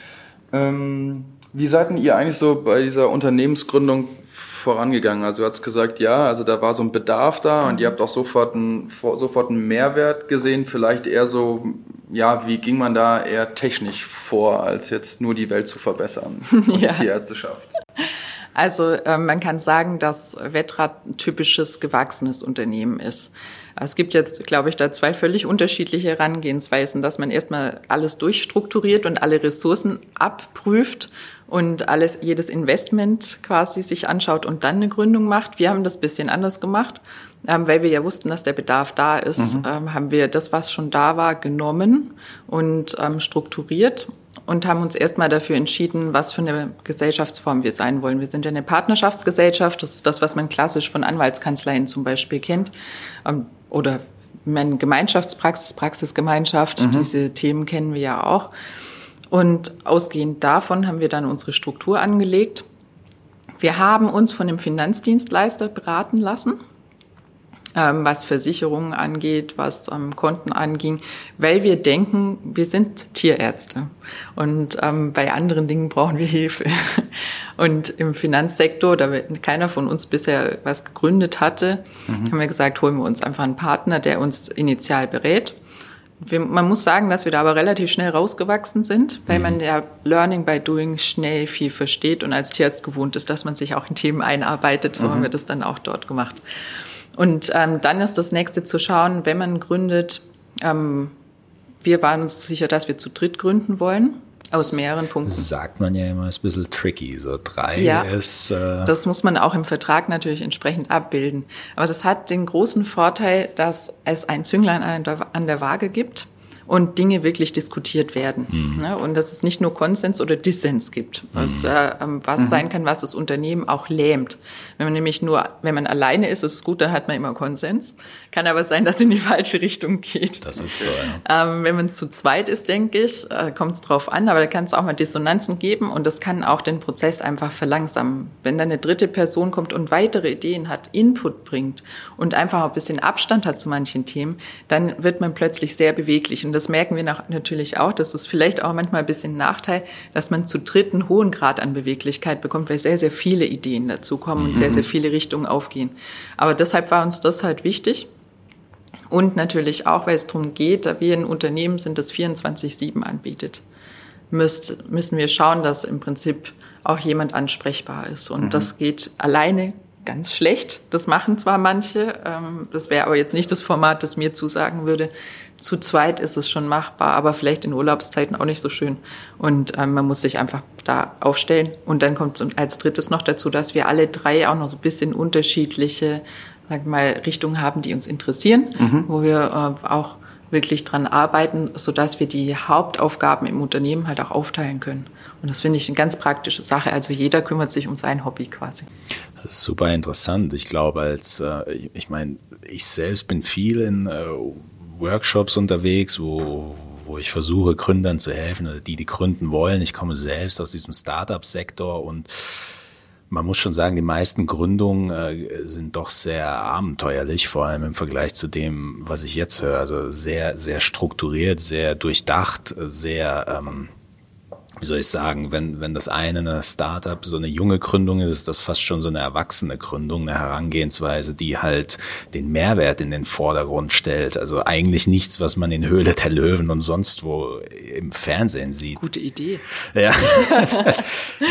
[SPEAKER 2] Ähm, wie seid denn ihr eigentlich so bei dieser Unternehmensgründung vorangegangen? Also du hast gesagt, ja, also da war so ein Bedarf da und ihr habt auch sofort einen, sofort einen Mehrwert gesehen. Vielleicht eher so, ja, wie ging man da eher technisch vor, als jetzt nur die Welt zu verbessern und ja. die Tierärzteschaft?
[SPEAKER 3] Also äh, man kann sagen, dass Wetra ein typisches gewachsenes Unternehmen ist. Es gibt jetzt, glaube ich, da zwei völlig unterschiedliche Herangehensweisen, dass man erstmal alles durchstrukturiert und alle Ressourcen abprüft und alles, jedes Investment quasi sich anschaut und dann eine Gründung macht. Wir haben das ein bisschen anders gemacht, ähm, weil wir ja wussten, dass der Bedarf da ist, mhm. ähm, haben wir das, was schon da war, genommen und ähm, strukturiert. Und haben uns erstmal dafür entschieden, was für eine Gesellschaftsform wir sein wollen. Wir sind ja eine Partnerschaftsgesellschaft, das ist das, was man klassisch von Anwaltskanzleien zum Beispiel kennt. Oder eine Gemeinschaftspraxis, Praxisgemeinschaft, mhm. diese Themen kennen wir ja auch. Und ausgehend davon haben wir dann unsere Struktur angelegt. Wir haben uns von einem Finanzdienstleister beraten lassen, was Versicherungen angeht, was ähm, Konten anging, weil wir denken, wir sind Tierärzte und ähm, bei anderen Dingen brauchen wir Hilfe. Und im Finanzsektor, da keiner von uns bisher was gegründet hatte, mhm. haben wir gesagt, holen wir uns einfach einen Partner, der uns initial berät. Wir, man muss sagen, dass wir da aber relativ schnell rausgewachsen sind, weil mhm. man ja Learning by Doing schnell viel versteht und als Tierarzt gewohnt ist, dass man sich auch in Themen einarbeitet. So mhm. haben wir das dann auch dort gemacht. Und ähm, dann ist das Nächste zu schauen, wenn man gründet, ähm, wir waren uns sicher, dass wir zu dritt gründen wollen. Aus mehreren Punkten.
[SPEAKER 1] Sagt man ja immer, ist ein bisschen tricky. So drei
[SPEAKER 3] ja,
[SPEAKER 1] ist... Äh
[SPEAKER 3] das muss man auch im Vertrag natürlich entsprechend abbilden. Aber das hat den großen Vorteil, dass es ein Zünglein an der, an der Waage gibt und Dinge wirklich diskutiert werden. Mhm. Ne? Und dass es nicht nur Konsens oder Dissens gibt. Was, mhm. äh, was mhm. sein kann, was das Unternehmen auch lähmt. Wenn man nämlich nur, wenn man alleine ist, ist es gut, dann hat man immer Konsens. Kann aber sein, dass es in die falsche Richtung geht.
[SPEAKER 1] Das ist so, ja.
[SPEAKER 3] Ähm, wenn man zu zweit ist, denke ich, äh, kommt es drauf an, aber da kann es auch mal Dissonanzen geben und das kann auch den Prozess einfach verlangsamen. Wenn dann eine dritte Person kommt und weitere Ideen hat, Input bringt und einfach ein bisschen Abstand hat zu manchen Themen, dann wird man plötzlich sehr beweglich. Und das merken wir natürlich auch, das ist vielleicht auch manchmal ein bisschen ein Nachteil, dass man zu dritt einen hohen Grad an Beweglichkeit bekommt, weil sehr, sehr viele Ideen dazu kommen mhm. und sehr, sehr viele Richtungen aufgehen. Aber deshalb war uns das halt wichtig. Und natürlich auch, weil es darum geht, da wir ein Unternehmen sind, das vierundzwanzig sieben anbietet, müsst, müssen wir schauen, dass im Prinzip auch jemand ansprechbar ist. Und mhm. das geht alleine ganz schlecht. Das machen zwar manche, ähm, das wäre aber jetzt nicht das Format, das mir zusagen würde. Zu zweit ist es schon machbar, aber vielleicht in Urlaubszeiten auch nicht so schön. Und ähm, man muss sich einfach da aufstellen. Und dann kommt als drittes noch dazu, dass wir alle drei auch noch so ein bisschen unterschiedliche, sag mal, Richtungen haben, die uns interessieren, mhm. wo wir äh, auch wirklich dran arbeiten, sodass wir die Hauptaufgaben im Unternehmen halt auch aufteilen können. Und das finde ich eine ganz praktische Sache. Also jeder kümmert sich um sein Hobby quasi.
[SPEAKER 1] Das ist super interessant. Ich glaube, als äh, ich, ich meine, ich selbst bin viel in äh, Workshops unterwegs, wo wo ich versuche, Gründern zu helfen oder die, die gründen wollen. Ich komme selbst aus diesem Startup-Sektor und man muss schon sagen, die meisten Gründungen äh, sind doch sehr abenteuerlich, vor allem im Vergleich zu dem, was ich jetzt höre. Also sehr, sehr strukturiert, sehr durchdacht, sehr, ähm, wie soll ich sagen, wenn wenn das eine eine Startup so eine junge Gründung ist, ist das fast schon so eine erwachsene Gründung, eine Herangehensweise, die halt den Mehrwert in den Vordergrund stellt. Also eigentlich nichts, was man in Höhle der Löwen und sonst wo im Fernsehen sieht.
[SPEAKER 3] Gute Idee.
[SPEAKER 1] Ja, das,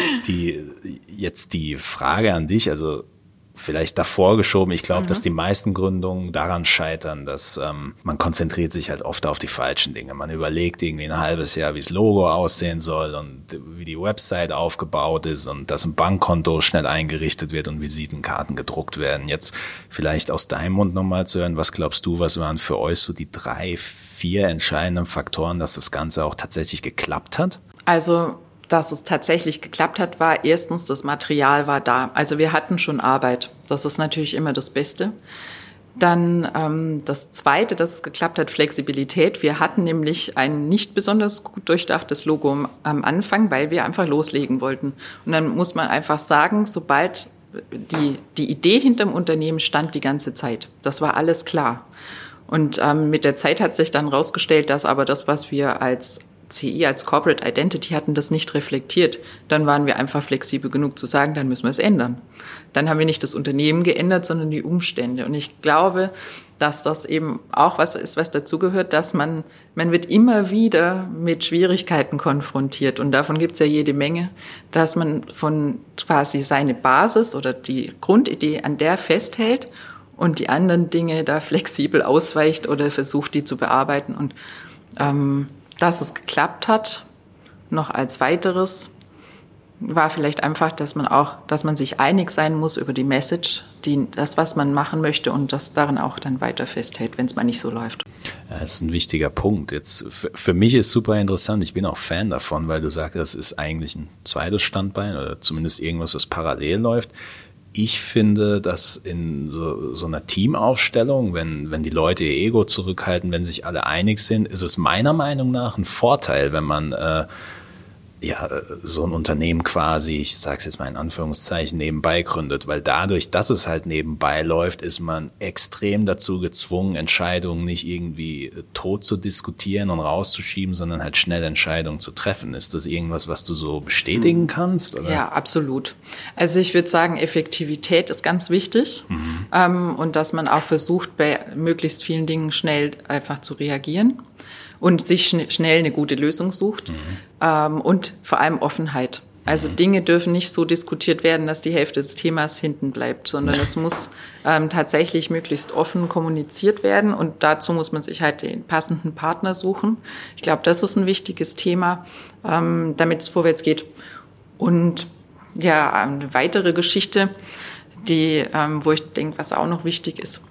[SPEAKER 1] die jetzt die Frage an dich, also vielleicht davor geschoben. Ich glaube, mhm. dass die meisten Gründungen daran scheitern, dass ähm, man konzentriert sich halt oft auf die falschen Dinge. Man überlegt irgendwie ein halbes Jahr, wie das Logo aussehen soll und wie die Website aufgebaut ist und dass ein Bankkonto schnell eingerichtet wird und Visitenkarten gedruckt werden. Jetzt vielleicht aus deinem Mund nochmal zu hören, was glaubst du, was waren für euch so die drei, vier entscheidenden Faktoren, dass das Ganze auch tatsächlich geklappt hat?
[SPEAKER 3] Also dass es tatsächlich geklappt hat, war erstens, das Material war da. Also wir hatten schon Arbeit. Das ist natürlich immer das Beste. Dann ähm, das Zweite, dass es geklappt hat, Flexibilität. Wir hatten nämlich ein nicht besonders gut durchdachtes Logo am Anfang, weil wir einfach loslegen wollten. Und dann muss man einfach sagen, sobald die, die Idee hinterm Unternehmen stand die ganze Zeit. Das war alles klar. Und ähm, mit der Zeit hat sich dann rausgestellt, dass aber das, was wir als C I, als Corporate Identity hatten, das nicht reflektiert. Dann waren wir einfach flexibel genug zu sagen, dann müssen wir es ändern. Dann haben wir nicht das Unternehmen geändert, sondern die Umstände. Und ich glaube, dass das eben auch was ist, was dazugehört, dass man, man wird immer wieder mit Schwierigkeiten konfrontiert. Und davon gibt es ja jede Menge, dass man von quasi seine Basis oder die Grundidee an der festhält und die anderen Dinge da flexibel ausweicht oder versucht, die zu bearbeiten. Und ähm, dass es geklappt hat, noch als weiteres, war vielleicht einfach, dass man auch, dass man sich einig sein muss über die Message, die, das, was man machen möchte und das daran auch dann weiter festhält, wenn es mal nicht so läuft.
[SPEAKER 1] Ja, das ist ein wichtiger Punkt. Jetzt, für, für mich ist super interessant, ich bin auch Fan davon, weil du sagst, das ist eigentlich ein zweites Standbein oder zumindest irgendwas, was parallel läuft. Ich finde, dass in so, so einer Teamaufstellung, wenn, wenn die Leute ihr Ego zurückhalten, wenn sich alle einig sind, ist es meiner Meinung nach ein Vorteil, wenn man äh, ja, so ein Unternehmen quasi, ich sage es jetzt mal in Anführungszeichen, nebenbei gründet, weil dadurch, dass es halt nebenbei läuft, ist man extrem dazu gezwungen, Entscheidungen nicht irgendwie tot zu diskutieren und rauszuschieben, sondern halt schnell Entscheidungen zu treffen. Ist das irgendwas, was du so bestätigen kannst? Oder?
[SPEAKER 3] Ja, absolut. Also ich würde sagen, Effektivität ist ganz wichtig, mhm. ähm, und dass man auch versucht, bei möglichst vielen Dingen schnell einfach zu reagieren und sich schn- schnell eine gute Lösung sucht, mhm. ähm, und vor allem Offenheit. Also mhm. Dinge dürfen nicht so diskutiert werden, dass die Hälfte des Themas hinten bleibt, sondern es muss ähm, tatsächlich möglichst offen kommuniziert werden und dazu muss man sich halt den passenden Partner suchen. Ich glaube, das ist ein wichtiges Thema, ähm, damit es vorwärts geht. Und ja, eine weitere Geschichte, die, ähm, wo ich denke, was auch noch wichtig ist,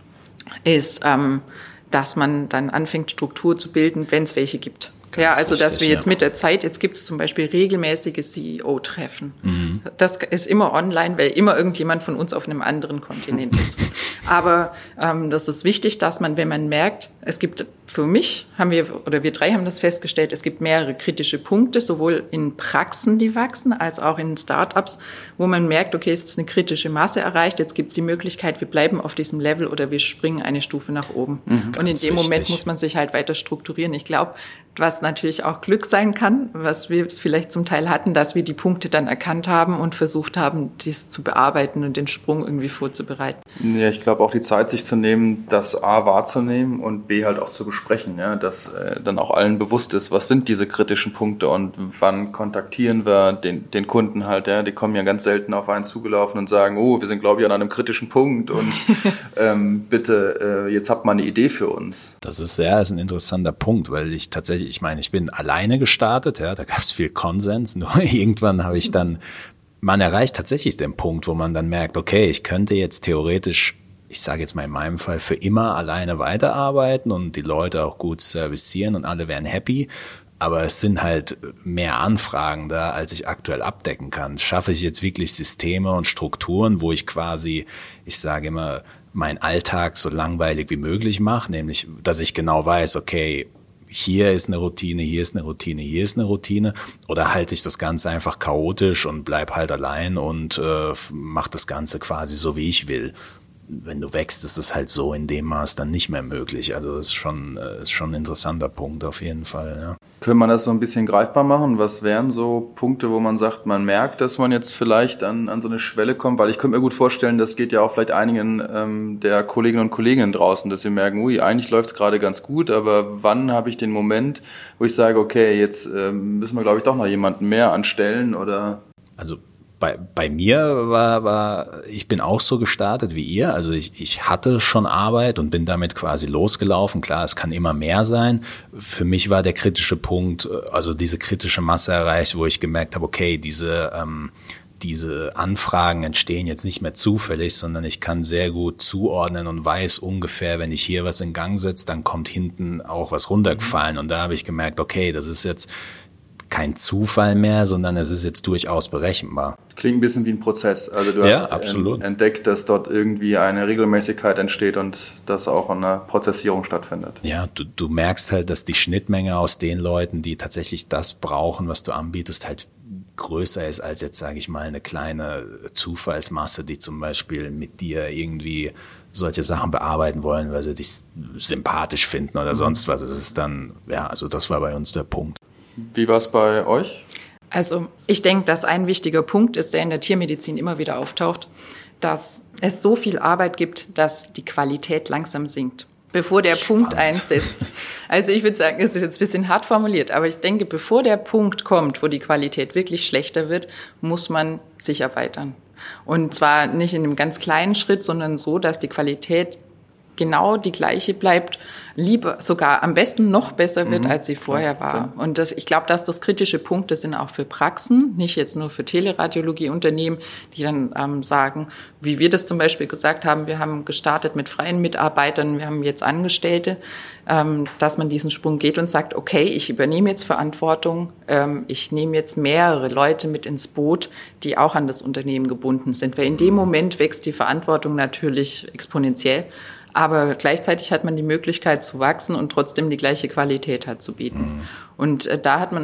[SPEAKER 3] ist, ähm, dass man dann anfängt, Struktur zu bilden, wenn es welche gibt. Ganz ja, also dass richtig, wir jetzt ja. mit der Zeit, jetzt gibt es zum Beispiel regelmäßige C E O-Treffen. Mhm. Das ist immer online, weil immer irgendjemand von uns auf einem anderen Kontinent ist. Aber ähm, das ist wichtig, dass man, wenn man merkt, es gibt für mich, haben wir, oder wir drei haben das festgestellt, es gibt mehrere kritische Punkte, sowohl in Praxen, die wachsen, als auch in Startups, wo man merkt, okay, es ist eine kritische Masse erreicht, jetzt gibt es die Möglichkeit, wir bleiben auf diesem Level oder wir springen eine Stufe nach oben. Mhm, und in dem Moment muss man sich halt weiter strukturieren. Ich glaube, was natürlich auch Glück sein kann, was wir vielleicht zum Teil hatten, dass wir die Punkte dann erkannt haben und versucht haben, dies zu bearbeiten und den Sprung irgendwie vorzubereiten.
[SPEAKER 2] Ja, ich glaube auch die Zeit, sich zu nehmen, das A wahrzunehmen und B halt auch zu besprechen, ja, dass äh, dann auch allen bewusst ist, was sind diese kritischen Punkte und wann kontaktieren wir den, den Kunden halt, ja, die kommen ja ganz selten auf einen zugelaufen und sagen, oh, wir sind glaube ich an einem kritischen Punkt und ähm, bitte, äh, jetzt habt mal eine Idee für uns.
[SPEAKER 1] Das ist ja ist ein interessanter Punkt, weil ich tatsächlich, ich meine, ich bin alleine gestartet, ja, da gab es viel Konsens, nur irgendwann habe ich dann, man erreicht tatsächlich den Punkt, wo man dann merkt, okay, ich könnte jetzt theoretisch, ich sage jetzt mal in meinem Fall, für immer alleine weiterarbeiten und die Leute auch gut servicieren und alle wären happy. Aber es sind halt mehr Anfragen da, als ich aktuell abdecken kann. Schaffe ich jetzt wirklich Systeme und Strukturen, wo ich quasi, ich sage immer, meinen Alltag so langweilig wie möglich mache, nämlich, dass ich genau weiß, okay, hier ist eine Routine, hier ist eine Routine, hier ist eine Routine, oder halte ich das Ganze einfach chaotisch und bleib halt allein und äh, mache das Ganze quasi so, wie ich will. Wenn du wächst, ist es halt so in dem Maß dann nicht mehr möglich. Also das ist schon, ist schon ein interessanter Punkt auf jeden Fall. Ja.
[SPEAKER 2] Können wir das so ein bisschen greifbar machen? Was wären so Punkte, wo man sagt, man merkt, dass man jetzt vielleicht an, an so eine Schwelle kommt? Weil ich könnte mir gut vorstellen, das geht ja auch vielleicht einigen ähm, der Kolleginnen und Kollegen draußen, dass sie merken, ui, eigentlich läuft es gerade ganz gut, aber wann habe ich den Moment, wo ich sage, okay, jetzt ähm, müssen wir, glaube ich, doch noch jemanden mehr anstellen oder...
[SPEAKER 1] Also Bei, bei mir war, war, ich bin auch so gestartet wie ihr. Also ich, ich hatte schon Arbeit und bin damit quasi losgelaufen. Klar, es kann immer mehr sein. Für mich war der kritische Punkt, also diese kritische Masse erreicht, wo ich gemerkt habe, okay, diese, ähm, diese Anfragen entstehen jetzt nicht mehr zufällig, sondern ich kann sehr gut zuordnen und weiß ungefähr, wenn ich hier was in Gang setze, dann kommt hinten auch was runtergefallen. Und da habe ich gemerkt, okay, das ist jetzt kein Zufall mehr, sondern es ist jetzt durchaus berechenbar.
[SPEAKER 2] Klingt ein bisschen wie ein Prozess. Also du
[SPEAKER 1] ja,
[SPEAKER 2] hast
[SPEAKER 1] absolut.
[SPEAKER 2] entdeckt, dass dort irgendwie eine Regelmäßigkeit entsteht und dass auch eine Prozessierung stattfindet.
[SPEAKER 1] Ja, du, du merkst halt, dass die Schnittmenge aus den Leuten, die tatsächlich das brauchen, was du anbietest, halt größer ist als jetzt, sage ich mal, eine kleine Zufallsmasse, die zum Beispiel mit dir irgendwie solche Sachen bearbeiten wollen, weil sie dich sympathisch finden oder sonst was. Es ist dann, ja, also das war bei uns der Punkt.
[SPEAKER 2] Wie war es bei euch?
[SPEAKER 3] Also ich denke, dass ein wichtiger Punkt ist, der in der Tiermedizin immer wieder auftaucht, dass es so viel Arbeit gibt, dass die Qualität langsam sinkt, bevor der Spannend. Punkt einsetzt. Also ich würde sagen, es ist jetzt ein bisschen hart formuliert, aber ich denke, bevor der Punkt kommt, wo die Qualität wirklich schlechter wird, muss man sich erweitern. Und zwar nicht in einem ganz kleinen Schritt, sondern so, dass die Qualität genau die gleiche bleibt, lieber sogar am besten noch besser wird, mhm. als sie vorher war. Und das, ich glaube, dass das kritische Punkte sind auch für Praxen, nicht jetzt nur für Teleradiologieunternehmen, die dann ähm, sagen, wie wir das zum Beispiel gesagt haben, wir haben gestartet mit freien Mitarbeitern, wir haben jetzt Angestellte, ähm, dass man diesen Sprung geht und sagt, okay, ich übernehme jetzt Verantwortung, ähm, ich nehme jetzt mehrere Leute mit ins Boot, die auch an das Unternehmen gebunden sind. Weil in dem Moment wächst die Verantwortung natürlich exponentiell. Aber gleichzeitig hat man die Möglichkeit zu wachsen und trotzdem die gleiche Qualität halt zu bieten. Mhm. Und äh, da hat man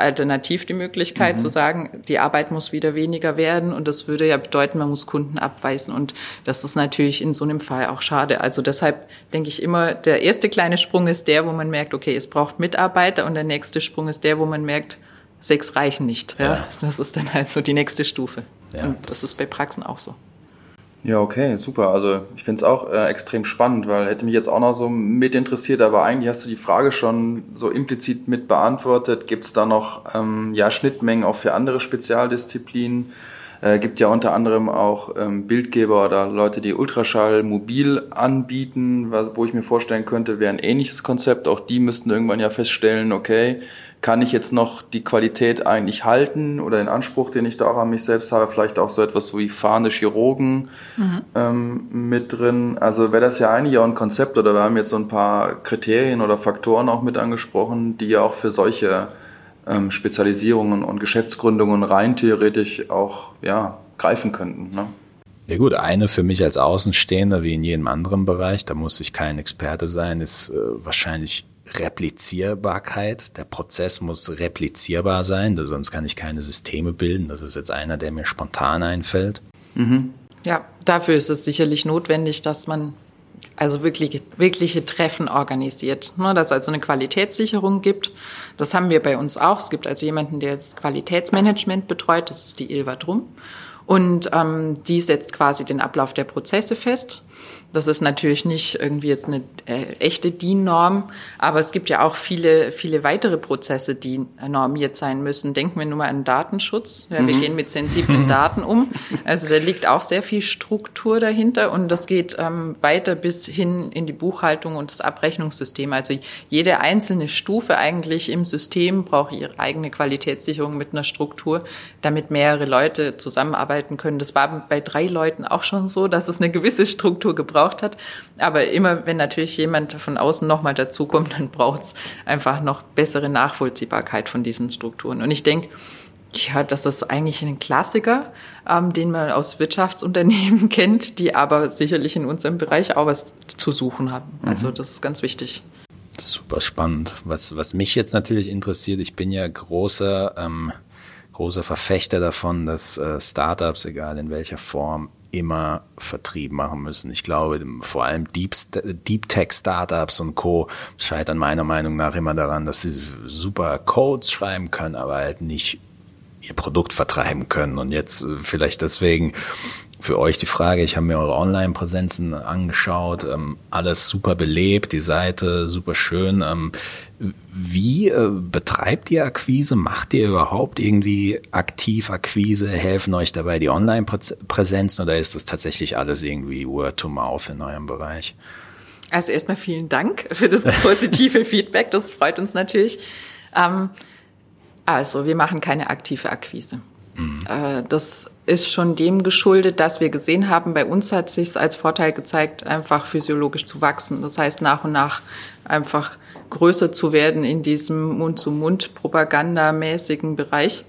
[SPEAKER 3] alternativ die Möglichkeit mhm. zu sagen, die Arbeit muss wieder weniger werden und das würde ja bedeuten, man muss Kunden abweisen und das ist natürlich in so einem Fall auch schade. Also deshalb denke ich immer, der erste kleine Sprung ist der, wo man merkt, okay, es braucht Mitarbeiter und der nächste Sprung ist der, wo man merkt, sechs reichen nicht. Ja. Ja. Das ist dann halt so die nächste Stufe. Ja, und das, das ist bei Praxen auch so.
[SPEAKER 2] Ja, okay, super. Also ich finde es auch äh, extrem spannend, weil hätte mich jetzt auch noch so mit interessiert, aber eigentlich hast du die Frage schon so implizit mit beantwortet. Gibt es da noch ähm, ja, Schnittmengen auch für andere Spezialdisziplinen? Äh, gibt ja unter anderem auch ähm, Bildgeber oder Leute, die Ultraschall mobil anbieten, was, wo ich mir vorstellen könnte, wäre ein ähnliches Konzept. Auch die müssten irgendwann ja feststellen, okay, kann ich jetzt noch die Qualität eigentlich halten oder den Anspruch, den ich da auch an mich selbst habe, vielleicht auch so etwas wie fahrende Chirurgen mhm. ähm, mit drin. Also wäre das ja eigentlich auch ein Konzept oder wir haben jetzt so ein paar Kriterien oder Faktoren auch mit angesprochen, die ja auch für solche ähm, Spezialisierungen und Geschäftsgründungen rein theoretisch auch ja, greifen könnten, ne?
[SPEAKER 1] Ja gut, eine für mich als Außenstehender wie in jedem anderen Bereich, da muss ich kein Experte sein, ist äh, wahrscheinlich Replizierbarkeit. Der Prozess muss replizierbar sein, sonst kann ich keine Systeme bilden. Das ist jetzt einer, der mir spontan einfällt.
[SPEAKER 3] Mhm. Ja, dafür ist es sicherlich notwendig, dass man also wirklich, wirkliche Treffen organisiert, ne, dass es also eine Qualitätssicherung gibt. Das haben wir bei uns auch. Es gibt also jemanden, der das Qualitätsmanagement betreut, das ist die Ilva Drum. Und ähm, die setzt quasi den Ablauf der Prozesse fest. Das ist natürlich nicht irgendwie jetzt eine äh, echte D I N-Norm, aber es gibt ja auch viele, viele weitere Prozesse, die normiert sein müssen. Denken wir nur mal an Datenschutz. Ja, mhm. Wir gehen mit sensiblen Daten um. Also da liegt auch sehr viel Struktur dahinter und das geht ähm, weiter bis hin in die Buchhaltung und das Abrechnungssystem. Also jede einzelne Stufe eigentlich im System braucht ihre eigene Qualitätssicherung mit einer Struktur, damit mehrere Leute zusammenarbeiten können. Das war bei drei Leuten auch schon so, dass es eine gewisse Struktur gebraucht hat. Aber immer, wenn natürlich jemand von außen nochmal dazukommt, dann braucht es einfach noch bessere Nachvollziehbarkeit von diesen Strukturen. Und ich denke, ja, das ist eigentlich ein Klassiker, ähm, den man aus Wirtschaftsunternehmen kennt, die aber sicherlich in unserem Bereich auch was zu suchen haben. Also mhm. das ist ganz wichtig.
[SPEAKER 1] Super spannend. Was, was mich jetzt natürlich interessiert, ich bin ja großer, ähm, großer Verfechter davon, dass äh, Startups, egal in welcher Form, immer Vertrieb machen müssen. Ich glaube, vor allem Deep, Deep Tech Startups und Co. scheitern meiner Meinung nach immer daran, dass sie super Codes schreiben können, aber halt nicht ihr Produkt vertreiben können. Und jetzt vielleicht deswegen für euch die Frage, ich habe mir eure Online-Präsenzen angeschaut, ähm, alles super belebt, die Seite super schön. Ähm, wie äh, betreibt ihr Akquise? Macht ihr überhaupt irgendwie aktiv Akquise? Helfen euch dabei die Online-Präsenzen oder ist das tatsächlich alles irgendwie Word to Mouth in eurem Bereich?
[SPEAKER 3] Also erstmal vielen Dank für das positive Feedback, das freut uns natürlich. Ähm, also wir machen keine aktive Akquise. Mhm. Äh, das ist schon dem geschuldet, dass wir gesehen haben, bei uns hat es sich als Vorteil gezeigt, einfach physiologisch zu wachsen. Das heißt, nach und nach einfach größer zu werden in diesem Mund-zu-Mund-Propagandamäßigen Bereich.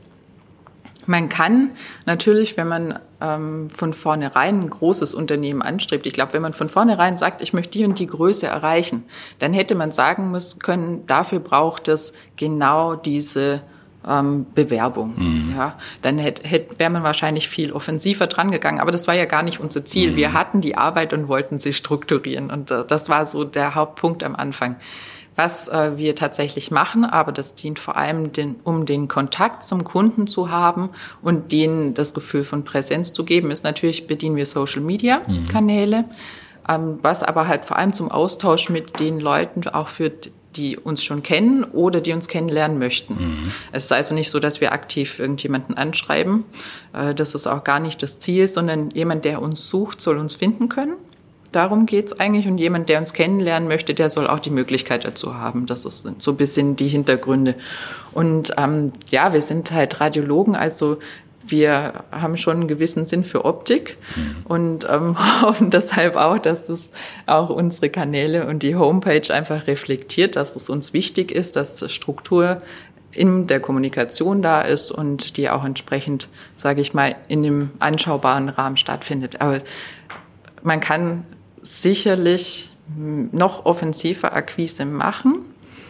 [SPEAKER 3] Man kann natürlich, wenn man ähm, von vornherein ein großes Unternehmen anstrebt, ich glaube, wenn man von vornherein sagt, ich möchte die und die Größe erreichen, dann hätte man sagen müssen können, dafür braucht es genau diese ähm, Bewerbung. Mhm. Ja, dann hätte, hätte, wäre man wahrscheinlich viel offensiver dran gegangen. Aber das war ja gar nicht unser Ziel. Mhm. Wir hatten die Arbeit und wollten sie strukturieren. Und äh, das war so der Hauptpunkt am Anfang. Was äh, wir tatsächlich machen, aber das dient vor allem, den, um den Kontakt zum Kunden zu haben und denen das Gefühl von Präsenz zu geben, ist natürlich, bedienen wir Social-Media-Kanäle, mhm. ähm, was aber halt vor allem zum Austausch mit den Leuten auch führt, die uns schon kennen oder die uns kennenlernen möchten. Mhm. Es ist also nicht so, dass wir aktiv irgendjemanden anschreiben. Äh, das ist auch gar nicht das Ziel, sondern jemand, der uns sucht, soll uns finden können. Darum geht's eigentlich. Und jemand, der uns kennenlernen möchte, der soll auch die Möglichkeit dazu haben. Das ist so ein bisschen die Hintergründe. Und ähm, ja, wir sind halt Radiologen, also wir haben schon einen gewissen Sinn für Optik mhm. und ähm, hoffen deshalb auch, dass das auch unsere Kanäle und die Homepage einfach reflektiert, dass es uns wichtig ist, dass Struktur in der Kommunikation da ist und die auch entsprechend, sage ich mal, in einem anschaubaren Rahmen stattfindet. Aber man kann sicherlich noch offensiver Akquise machen.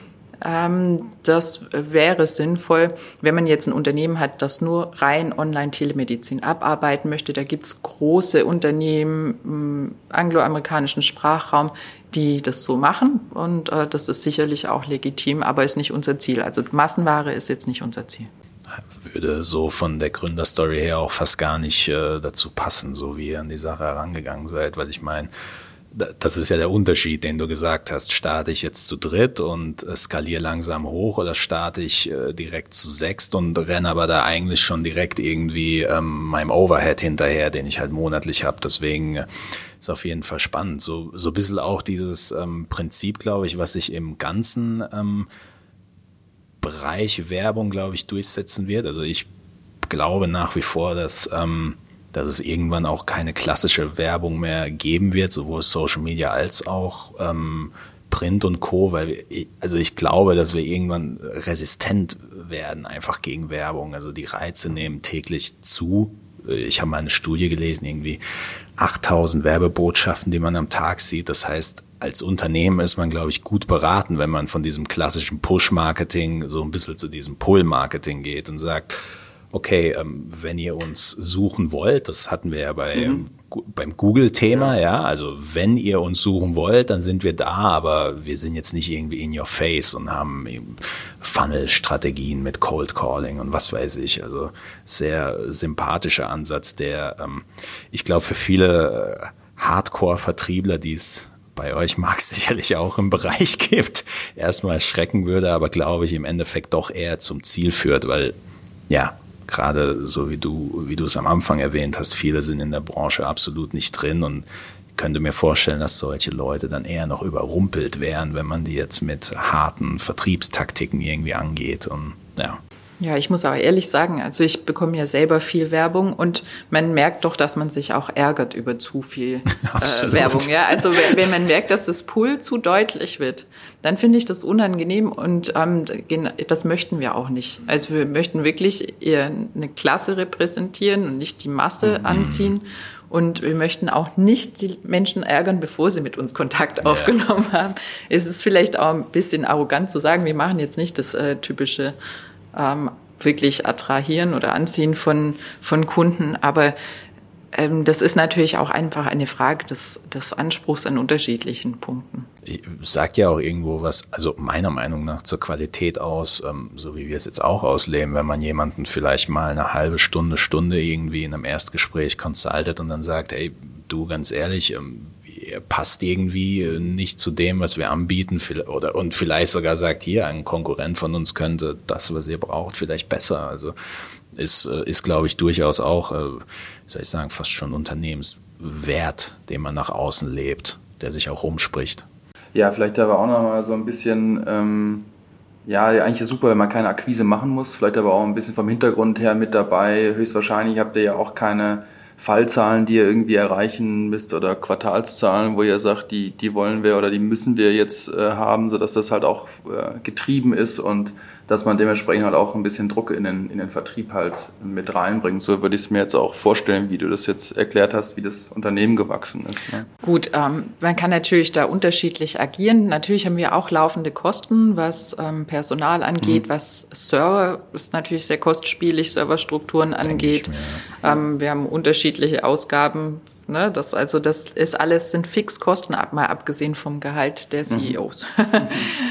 [SPEAKER 3] Ähm, das wäre sinnvoll, wenn man jetzt ein Unternehmen hat, das nur rein Online-Telemedizin abarbeiten möchte. Da gibt's große Unternehmen im angloamerikanischen Sprachraum, die das so machen. Und äh, das ist sicherlich auch legitim, aber ist nicht unser Ziel. Also Massenware ist jetzt nicht unser Ziel.
[SPEAKER 1] Würde so von der Gründerstory her auch fast gar nicht äh, dazu passen, so wie ihr an die Sache herangegangen seid, weil ich meine, das ist ja der Unterschied, den du gesagt hast. Starte ich jetzt zu dritt und skaliere langsam hoch oder starte ich äh, direkt zu sechst und renne aber da eigentlich schon direkt irgendwie ähm, meinem Overhead hinterher, den ich halt monatlich habe. Deswegen äh, ist auf jeden Fall spannend. So, so ein bisschen auch dieses ähm, Prinzip, glaube ich, was sich im ganzen ähm, Bereich Werbung, glaube ich, durchsetzen wird. Also ich glaube nach wie vor, dass, ähm, dass es irgendwann auch keine klassische Werbung mehr geben wird, sowohl Social Media als auch ähm, Print und Co., weil wir, also ich glaube, dass wir irgendwann resistent werden einfach gegen Werbung. Also die Reize nehmen täglich zu. Ich habe mal eine Studie gelesen, irgendwie achttausend Werbebotschaften, die man am Tag sieht. Das heißt, als Unternehmen ist man, glaube ich, gut beraten, wenn man von diesem klassischen Push-Marketing so ein bisschen zu diesem Pull-Marketing geht und sagt, okay, ähm, wenn ihr uns suchen wollt, das hatten wir ja bei, mhm. beim Google-Thema, ja, also wenn ihr uns suchen wollt, dann sind wir da, aber wir sind jetzt nicht irgendwie in your face und haben Funnel-Strategien mit Cold Calling und was weiß ich. Also sehr sympathischer Ansatz, der, ähm, ich glaube, für viele äh, Hardcore-Vertriebler, die es bei euch mag es sicherlich auch im Bereich gibt, erstmal schrecken würde, aber glaube ich im Endeffekt doch eher zum Ziel führt, weil ja, gerade so wie du, wie du es am Anfang erwähnt hast, viele sind in der Branche absolut nicht drin und ich könnte mir vorstellen, dass solche Leute dann eher noch überrumpelt wären, wenn man die jetzt mit harten Vertriebstaktiken irgendwie angeht und ja.
[SPEAKER 3] Ja, ich muss aber ehrlich sagen, also ich bekomme ja selber viel Werbung und man merkt doch, dass man sich auch ärgert über zu viel äh, Werbung. Ja, also wenn man merkt, dass das Pull zu deutlich wird, dann finde ich das unangenehm und ähm, das möchten wir auch nicht. Also wir möchten wirklich eher eine Klasse repräsentieren und nicht die Masse mhm. anziehen. Und wir möchten auch nicht die Menschen ärgern, bevor sie mit uns Kontakt ja. aufgenommen haben. Es ist vielleicht auch ein bisschen arrogant zu sagen, wir machen jetzt nicht das äh, typische Ähm, wirklich attrahieren oder anziehen von, von Kunden. Aber ähm, das ist natürlich auch einfach eine Frage des, des Anspruchs an unterschiedlichen Punkten.
[SPEAKER 1] Sagt ja auch irgendwo was, also meiner Meinung nach zur Qualität aus, ähm, so wie wir es jetzt auch ausleben, wenn man jemanden vielleicht mal eine halbe Stunde, Stunde irgendwie in einem Erstgespräch consultet und dann sagt, hey, du, ganz ehrlich, ähm, passt irgendwie nicht zu dem, was wir anbieten, oder und vielleicht sogar sagt, hier, ein Konkurrent von uns könnte das, was ihr braucht, vielleicht besser. Also ist, ist glaube ich, durchaus auch, wie soll ich sagen, fast schon Unternehmenswert, den man nach außen lebt, der sich auch rumspricht.
[SPEAKER 2] Ja, vielleicht aber auch nochmal so ein bisschen, ähm, ja, eigentlich ist super, wenn man keine Akquise machen muss, vielleicht aber auch ein bisschen vom Hintergrund her mit dabei. Höchstwahrscheinlich habt ihr ja auch keine Fallzahlen, die ihr irgendwie erreichen müsst oder Quartalszahlen, wo ihr sagt, die die wollen wir oder die müssen wir jetzt äh, haben, sodass das halt auch äh, getrieben ist und dass man dementsprechend halt auch ein bisschen Druck in den in den Vertrieb halt mit reinbringt. So würde ich es mir jetzt auch vorstellen, wie du das jetzt erklärt hast, wie das Unternehmen gewachsen ist. Ne?
[SPEAKER 3] Gut, ähm, man kann natürlich da unterschiedlich agieren. Natürlich haben wir auch laufende Kosten, was ähm, Personal angeht, mhm. was Server ist natürlich sehr kostspielig, Serverstrukturen angeht. Mir, ja. ähm, wir haben unterschiedliche Ausgaben. Ne, das, also das ist alles, sind Fixkosten, mal abgesehen vom Gehalt der C E Os. Mhm.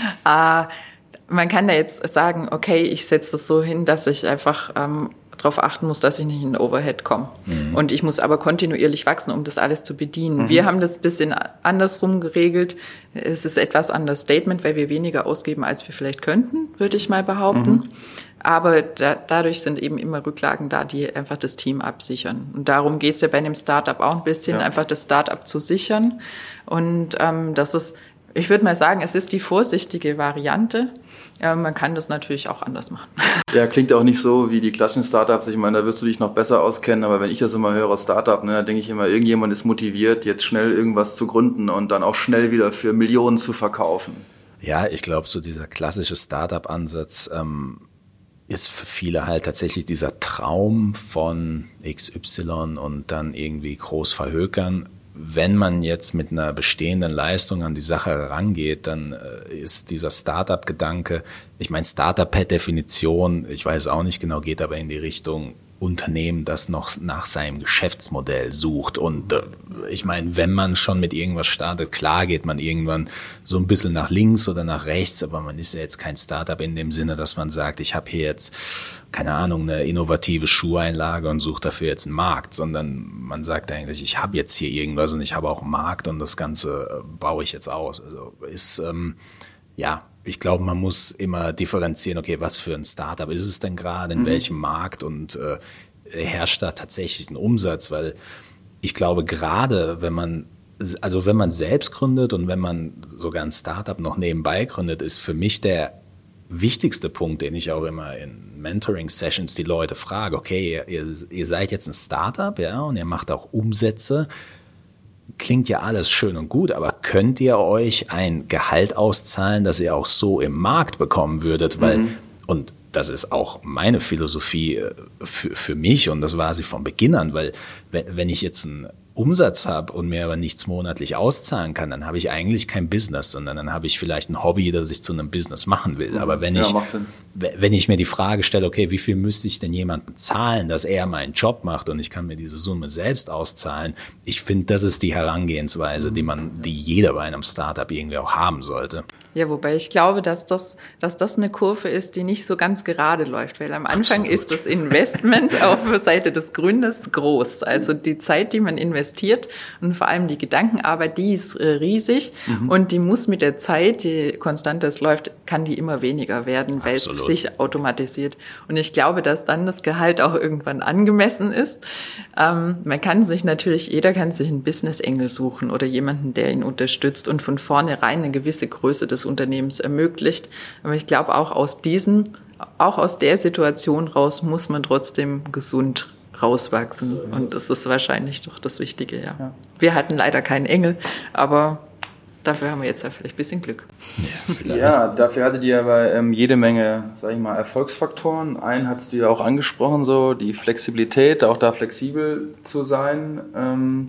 [SPEAKER 3] äh, man kann da jetzt sagen, okay, ich setze das so hin, dass ich einfach ähm, darauf achten muss, dass ich nicht in den Overhead komme. Mhm. Und ich muss aber kontinuierlich wachsen, um das alles zu bedienen. Mhm. Wir haben das ein bisschen andersrum geregelt. Es ist etwas anderes Statement, weil wir weniger ausgeben, als wir vielleicht könnten, würde ich mal behaupten. Mhm. Aber da, dadurch sind eben immer Rücklagen da, die einfach das Team absichern. Und darum geht's ja bei einem Startup auch ein bisschen, ja. einfach das Startup zu sichern. Und ähm, das ist, ich würde mal sagen, es ist die vorsichtige Variante. Ja, man kann das natürlich auch anders machen.
[SPEAKER 2] Ja, klingt auch nicht so wie die klassischen Startups. Ich meine, da wirst du dich noch besser auskennen. Aber wenn ich das immer höre, Startup, ne, da denke ich immer, irgendjemand ist motiviert, jetzt schnell irgendwas zu gründen und dann auch schnell wieder für Millionen zu verkaufen.
[SPEAKER 1] Ja, ich glaube, so dieser klassische Startup-Ansatz ähm, ist für viele halt tatsächlich dieser Traum von X Y und dann irgendwie groß verhökern. wenn man jetzt mit einer bestehenden Leistung an die Sache herangeht, dann äh, ist dieser Startup-Gedanke, ich meine Startup per Definition, ich weiß auch nicht genau, geht aber in die Richtung Unternehmen, das noch nach seinem Geschäftsmodell sucht. Und äh, ich meine, wenn man schon mit irgendwas startet, klar geht man irgendwann so ein bisschen nach links oder nach rechts, aber man ist ja jetzt kein Startup in dem Sinne, dass man sagt, ich habe hier jetzt, keine Ahnung, eine innovative Schuheinlage und suche dafür jetzt einen Markt, sondern man sagt eigentlich, ich habe jetzt hier irgendwas und ich habe auch einen Markt und das Ganze baue ich jetzt aus. Also ist, ähm, ja, ich glaube, man muss immer differenzieren, okay, was für ein Startup ist es denn gerade, in mhm. welchem Markt und äh, herrscht da tatsächlich ein Umsatz, weil ich glaube, gerade wenn man, also wenn man selbst gründet und wenn man sogar ein Startup noch nebenbei gründet, ist für mich der wichtigste Punkt, den ich auch immer in Mentoring-Sessions die Leute frage, okay, ihr, ihr seid jetzt ein Startup, ja, und ihr macht auch Umsätze, klingt ja alles schön und gut, aber könnt ihr euch ein Gehalt auszahlen, das ihr auch so im Markt bekommen würdet? Weil, mhm. und das ist auch meine Philosophie für, für mich und das war sie von Beginn an, weil wenn ich jetzt einen Umsatz habe und mir aber nichts monatlich auszahlen kann, dann habe ich eigentlich kein Business, sondern dann habe ich vielleicht ein Hobby, das ich zu einem Business machen will. Aber wenn ich, ja, wenn ich mir die Frage stelle, okay, wie viel müsste ich denn jemandem zahlen, dass er meinen Job macht und ich kann mir diese Summe selbst auszahlen, ich finde, das ist die Herangehensweise, die man, die jeder bei einem Startup irgendwie auch haben sollte.
[SPEAKER 3] Ja, wobei ich glaube, dass das, dass das eine Kurve ist, die nicht so ganz gerade läuft, weil am Anfang Absolut. Ist das Investment auf der Seite des Gründers groß. Also die Zeit, die man investiert und vor allem die Gedankenarbeit, die ist riesig mhm. und die muss mit der Zeit, je konstanter es läuft, kann die immer weniger werden, weil Absolut. Es sich automatisiert. Und ich glaube, dass dann das Gehalt auch irgendwann angemessen ist. Ähm, man kann sich natürlich, jeder kann sich einen Business-Engel suchen oder jemanden, der ihn unterstützt und von vornherein eine gewisse Größe des Unternehmens ermöglicht. Aber ich glaube, auch aus diesem, auch aus der Situation raus muss man trotzdem gesund rauswachsen. So und das ist wahrscheinlich doch das Wichtige, ja. ja. Wir hatten leider keinen Engel, aber dafür haben wir jetzt ja vielleicht ein bisschen Glück.
[SPEAKER 2] Ja, ja, dafür hattet ihr aber ähm, jede Menge, sag ich mal, Erfolgsfaktoren. Einen hast du ja auch angesprochen, so die Flexibilität, auch da flexibel zu sein. Ähm,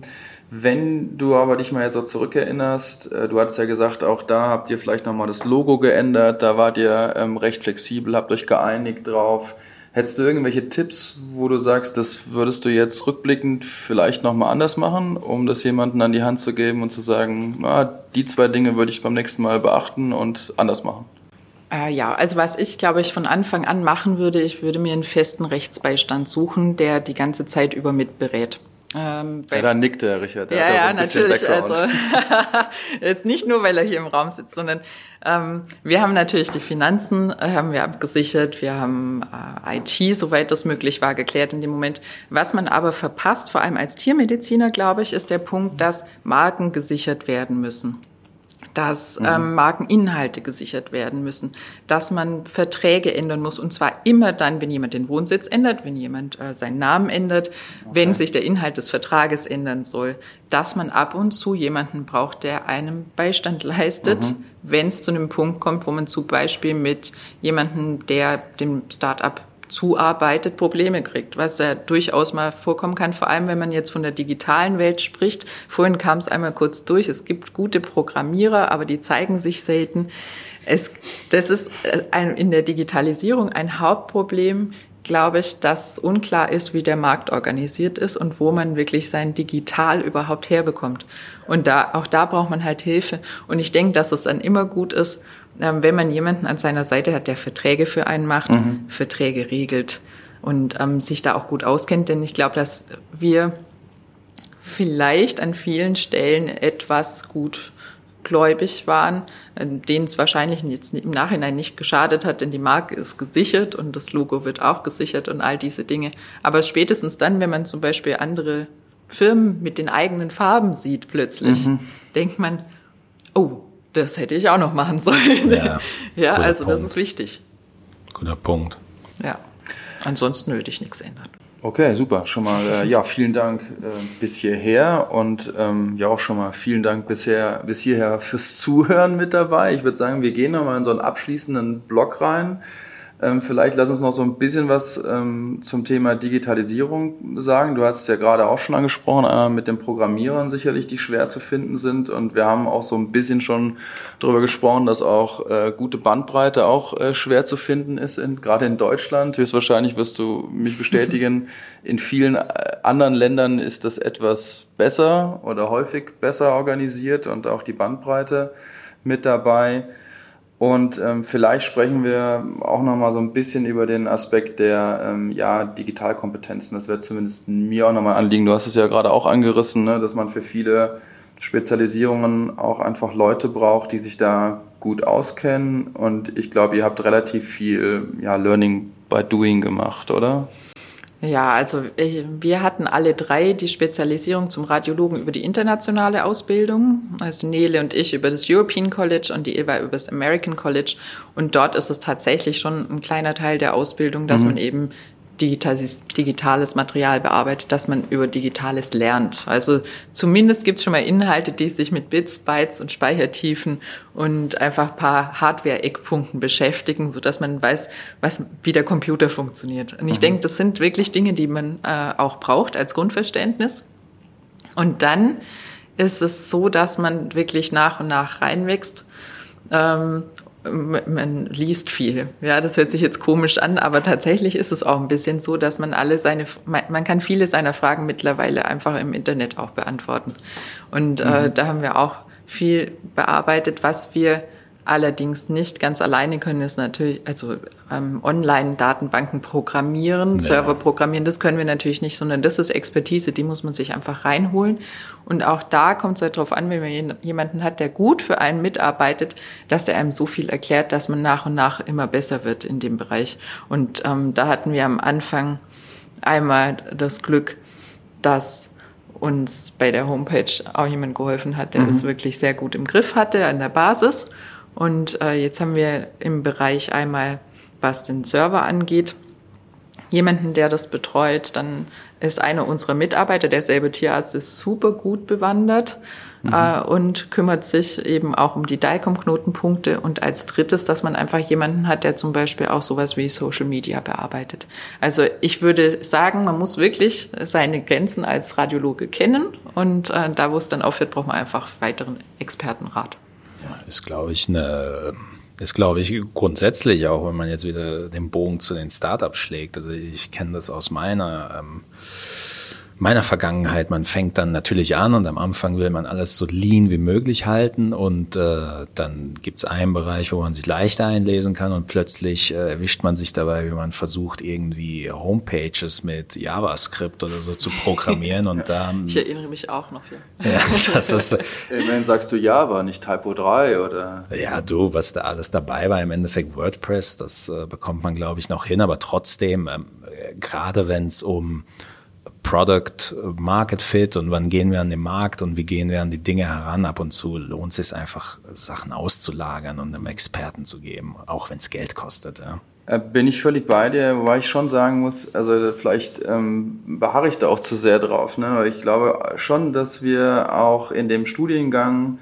[SPEAKER 2] Wenn du aber dich mal jetzt so zurückerinnerst, äh, du hattest ja gesagt, auch da habt ihr vielleicht nochmal das Logo geändert, da wart ihr ähm, recht flexibel, habt euch geeinigt drauf. Hättest du irgendwelche Tipps, wo du sagst, das würdest du jetzt rückblickend vielleicht nochmal anders machen, um das jemandem an die Hand zu geben und zu sagen, na, die zwei Dinge würde ich beim nächsten Mal beachten und anders machen?
[SPEAKER 3] Äh, ja, also was ich, glaube ich, von Anfang an machen würde, ich würde mir einen festen Rechtsbeistand suchen, der die ganze Zeit über mitberät.
[SPEAKER 2] Ähm, ja, da nickt der Richard. Der
[SPEAKER 3] ja,
[SPEAKER 2] hat da
[SPEAKER 3] ja,
[SPEAKER 2] so ein
[SPEAKER 3] natürlich.
[SPEAKER 2] Background.
[SPEAKER 3] Also jetzt nicht nur, weil er hier im Raum sitzt, sondern ähm, wir haben natürlich die Finanzen, äh, haben wir abgesichert. Wir haben äh, I T, soweit das möglich war, geklärt in dem Moment. Was man aber verpasst, vor allem als Tiermediziner, glaube ich, ist der Punkt, dass Marken gesichert werden müssen. Dass mhm. ähm, Markeninhalte gesichert werden müssen, dass man Verträge ändern muss und zwar immer dann, wenn jemand den Wohnsitz ändert, wenn jemand äh, seinen Namen ändert, okay. wenn sich der Inhalt des Vertrages ändern soll, dass man ab und zu jemanden braucht, der einem Beistand leistet, mhm. wenn es zu einem Punkt kommt, wo man zum Beispiel mit jemandem, der dem Start-up zuarbeitet, Probleme kriegt, was ja durchaus mal vorkommen kann, vor allem wenn man jetzt von der digitalen Welt spricht. Vorhin kam es einmal kurz durch, es gibt gute Programmierer, aber die zeigen sich selten. Es, das ist ein, in der Digitalisierung ein Hauptproblem, glaube ich, dass es unklar ist, wie der Markt organisiert ist und wo man wirklich sein Digital überhaupt herbekommt. Und da, auch da braucht man halt Hilfe. Und ich denke, dass es dann immer gut ist, wenn man jemanden an seiner Seite hat, der Verträge für einen macht, mhm. Verträge regelt und ähm, sich da auch gut auskennt. Denn ich glaube, dass wir vielleicht an vielen Stellen etwas gutgläubig waren, denen es wahrscheinlich jetzt im Nachhinein nicht geschadet hat, denn die Marke ist gesichert und das Logo wird auch gesichert und all diese Dinge. Aber spätestens dann, wenn man zum Beispiel andere Firmen mit den eigenen Farben sieht plötzlich, mhm. denkt man, oh, das hätte ich auch noch machen sollen. Ja, ja also Punkt. Das ist wichtig.
[SPEAKER 1] Guter Punkt.
[SPEAKER 3] Ja, ansonsten würde ich nichts ändern.
[SPEAKER 2] Okay, super. Schon mal, äh, ja, vielen Dank äh, bis hierher und ähm, ja auch schon mal vielen Dank bisher, bis hierher fürs Zuhören mit dabei. Ich würde sagen, wir gehen nochmal in so einen abschließenden Block rein. Ähm, vielleicht lass uns noch so ein bisschen was ähm, zum Thema Digitalisierung sagen. Du hast es ja gerade auch schon angesprochen, äh, mit den Programmierern sicherlich, die schwer zu finden sind. Und wir haben auch so ein bisschen schon darüber gesprochen, dass auch äh, gute Bandbreite auch äh, schwer zu finden ist, in, gerade in Deutschland. Höchstwahrscheinlich wirst du mich bestätigen, in vielen äh, anderen Ländern ist das etwas besser oder häufig besser organisiert und auch die Bandbreite mit dabei. Und ähm, vielleicht sprechen wir auch nochmal so ein bisschen über den Aspekt der ähm, ja, Digitalkompetenzen. Das wäre zumindest mir auch nochmal ein Anliegen. Du hast es ja gerade auch angerissen, ne, dass man für viele Spezialisierungen auch einfach Leute braucht, die sich da gut auskennen. Und ich glaube, ihr habt relativ viel ja, Learning by Doing gemacht, oder?
[SPEAKER 3] Ja, also wir hatten alle drei die Spezialisierung zum Radiologen über die internationale Ausbildung. Also Nele und ich über das European College und die Eva über das American College. Und dort ist es tatsächlich schon ein kleiner Teil der Ausbildung, dass mhm. man eben digitales, digitales Material bearbeitet, dass man über Digitales lernt. Also zumindest gibt es schon mal Inhalte, die sich mit Bits, Bytes und Speichertiefen und einfach ein paar Hardware-Eckpunkten beschäftigen, sodass man weiß, was, wie der Computer funktioniert. Und ich mhm. denke, das sind wirklich Dinge, die man äh, auch braucht als Grundverständnis. Und dann ist es so, dass man wirklich nach und nach reinwächst. Ähm, Man liest viel. Ja, das hört sich jetzt komisch an, aber tatsächlich ist es auch ein bisschen so, dass man alle seine, man kann viele seiner Fragen mittlerweile einfach im Internet auch beantworten. Und mhm. äh, da haben wir auch viel bearbeitet. Was wir allerdings nicht ganz alleine können, ist natürlich, also ähm, Online-Datenbanken programmieren, ja. Server programmieren, das können wir natürlich nicht, sondern das ist Expertise, die muss man sich einfach reinholen. Und auch da kommt es halt darauf an, wenn man jemanden hat, der gut für einen mitarbeitet, dass der einem so viel erklärt, dass man nach und nach immer besser wird in dem Bereich. Und ähm, da hatten wir am Anfang einmal das Glück, dass uns bei der Homepage auch jemand geholfen hat, der mhm. das wirklich sehr gut im Griff hatte an der Basis. Und äh, jetzt haben wir im Bereich einmal, was den Server angeht, jemanden, der das betreut. Dann ist einer unserer Mitarbeiter, derselbe Tierarzt, ist super gut bewandert mhm. äh, und kümmert sich eben auch um die D I C O M-Knotenpunkte. Und als drittes, dass man einfach jemanden hat, der zum Beispiel auch sowas wie Social Media bearbeitet. Also ich würde sagen, man muss wirklich seine Grenzen als Radiologe kennen. Und äh, da, wo es dann aufhört, braucht man einfach weiteren Expertenrat.
[SPEAKER 1] Ja, ist, glaube ich, eine, ist, glaube ich, grundsätzlich auch, wenn man jetzt wieder den Bogen zu den Startups schlägt. Also ich kenne das aus meiner, ähm, meiner Vergangenheit. Man fängt dann natürlich an und am Anfang will man alles so lean wie möglich halten und äh, dann gibt's einen Bereich, wo man sich leichter einlesen kann und plötzlich äh, erwischt man sich dabei, wie man versucht, irgendwie Homepages mit JavaScript oder so zu programmieren. Und da,
[SPEAKER 3] ich erinnere mich auch noch. Ja,
[SPEAKER 1] ja das ist...
[SPEAKER 2] Immerhin sagst du Java, nicht Typo drei, oder?
[SPEAKER 1] Ja, du, was da alles dabei war, im Endeffekt WordPress, das äh, bekommt man, glaube ich, noch hin, aber trotzdem, ähm, gerade wenn es um Product Market Fit und wann gehen wir an den Markt und wie gehen wir an die Dinge heran. Ab und zu lohnt es sich einfach, Sachen auszulagern und einem Experten zu geben, auch wenn es Geld kostet. Ja.
[SPEAKER 2] Bin ich völlig bei dir, wobei ich schon sagen muss, also vielleicht ähm, beharre ich da auch zu sehr drauf. Ne? Ich glaube schon, dass wir auch in dem Studiengang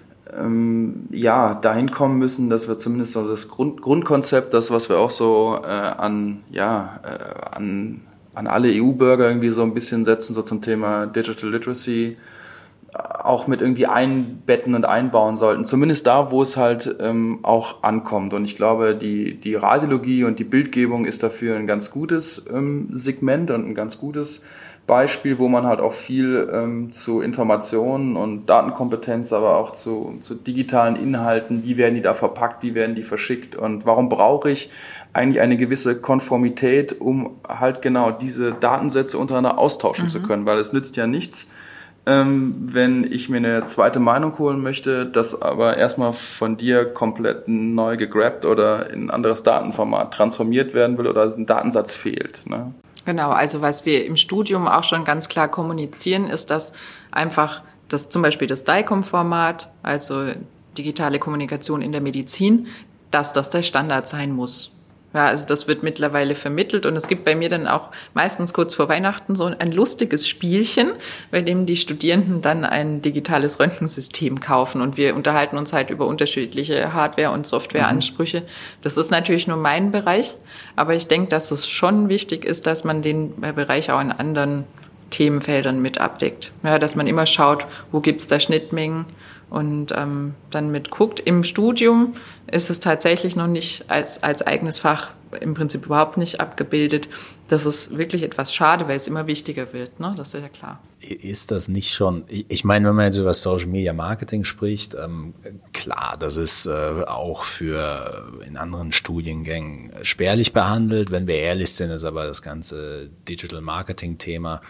[SPEAKER 2] ähm, ja dahin kommen müssen, dass wir zumindest so das Grund, Grundkonzept, das, was wir auch so äh, an, ja, äh, an an alle E U-Bürger irgendwie so ein bisschen setzen, so zum Thema Digital Literacy, auch mit irgendwie einbetten und einbauen sollten. Zumindest da, wo es halt ähm, auch ankommt. Und ich glaube, die, die Radiologie und die Bildgebung ist dafür ein ganz gutes ähm, Segment und ein ganz gutes Beispiel, wo man halt auch viel ähm, zu Informationen und Datenkompetenz, aber auch zu, zu digitalen Inhalten, wie werden die da verpackt, wie werden die verschickt und warum brauche ich eigentlich eine gewisse Konformität, um halt genau diese Datensätze untereinander austauschen mhm. zu können, weil es nützt ja nichts, ähm, wenn ich mir eine zweite Meinung holen möchte, das aber erstmal von dir komplett neu gegrabt oder in ein anderes Datenformat transformiert werden will oder ein Datensatz fehlt. Ne?
[SPEAKER 3] Genau, also was wir im Studium auch schon ganz klar kommunizieren, ist, dass einfach das zum Beispiel das D I C O M-Format, also digitale Kommunikation in der Medizin, dass das der Standard sein muss. Ja, also das wird mittlerweile vermittelt und es gibt bei mir dann auch meistens kurz vor Weihnachten so ein lustiges Spielchen, bei dem die Studierenden dann ein digitales Röntgensystem kaufen und wir unterhalten uns halt über unterschiedliche Hardware- und Softwareansprüche. Das ist natürlich nur mein Bereich, aber ich denke, dass es schon wichtig ist, dass man den Bereich auch in anderen Themenfeldern mit abdeckt. Ja, dass man immer schaut, wo gibt's da Schnittmengen und ähm, dann mit guckt. Im Studium ist es tatsächlich noch nicht als, als eigenes Fach im Prinzip überhaupt nicht abgebildet. Das ist wirklich etwas schade, weil es immer wichtiger wird, ne? Das ist ja klar.
[SPEAKER 1] Ist das nicht schon, ich meine, wenn man jetzt über Social Media Marketing spricht, ähm, klar, das ist äh, auch für in anderen Studiengängen spärlich behandelt. Wenn wir ehrlich sind, ist aber das ganze Digital Marketing Thema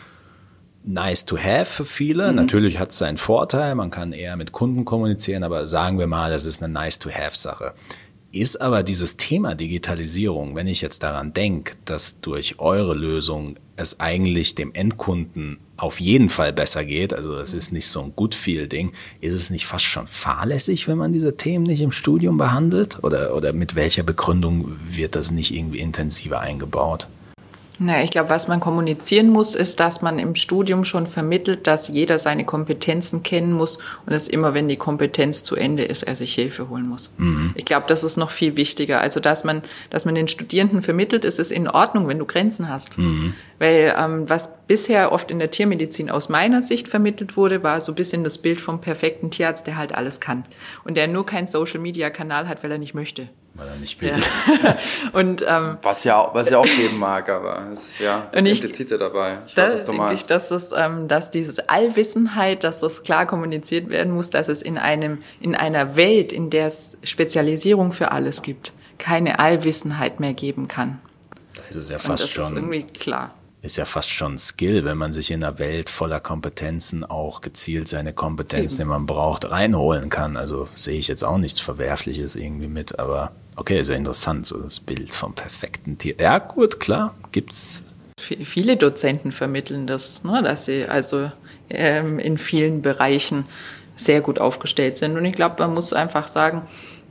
[SPEAKER 1] nice to have für viele. Mhm. Natürlich hat es seinen Vorteil, man kann eher mit Kunden kommunizieren, aber sagen wir mal, das ist eine nice to have Sache. Ist aber dieses Thema Digitalisierung, wenn ich jetzt daran denke, dass durch eure Lösung es eigentlich dem Endkunden auf jeden Fall besser geht, also es ist nicht so ein Good-Feel-Ding, ist es nicht fast schon fahrlässig, wenn man diese Themen nicht im Studium behandelt? Oder, oder mit welcher Begründung wird das nicht irgendwie intensiver eingebaut?
[SPEAKER 3] Na, ich glaube, was man kommunizieren muss, ist, dass man im Studium schon vermittelt, dass jeder seine Kompetenzen kennen muss und dass immer, wenn die Kompetenz zu Ende ist, er sich Hilfe holen muss. Mhm. Ich glaube, das ist noch viel wichtiger. Also, dass man, dass man den Studierenden vermittelt, es ist in Ordnung, wenn du Grenzen hast. Mhm. Weil ähm, was bisher oft in der Tiermedizin aus meiner Sicht vermittelt wurde, war so ein bisschen das Bild vom perfekten Tierarzt, der halt alles kann und der nur keinen Social-Media-Kanal hat, weil er nicht möchte.
[SPEAKER 1] Weil er nicht will.
[SPEAKER 3] Ja. und, ähm,
[SPEAKER 2] was ja was ja auch geben mag, aber es, ja, das implizit ja dabei. Ich weiß, was du meinst.
[SPEAKER 3] Ich, dass, das, ähm, dass diese Allwissenheit, dass das klar kommuniziert werden muss, dass es in einem in einer Welt, in der es Spezialisierung für alles gibt, keine Allwissenheit mehr geben kann.
[SPEAKER 1] Da ist es ja fast
[SPEAKER 3] das
[SPEAKER 1] schon.
[SPEAKER 3] Ist irgendwie klar.
[SPEAKER 1] Ist ja fast schon ein Skill, wenn man sich in einer Welt voller Kompetenzen auch gezielt seine Kompetenzen, die man braucht, reinholen kann. Also sehe ich jetzt auch nichts Verwerfliches irgendwie mit, aber okay, ist ja interessant, so das Bild vom perfekten Tier. Ja gut, klar, gibt's.
[SPEAKER 3] Viele Dozenten vermitteln das, ne, dass sie also ähm, in vielen Bereichen sehr gut aufgestellt sind. Und ich glaube, man muss einfach sagen,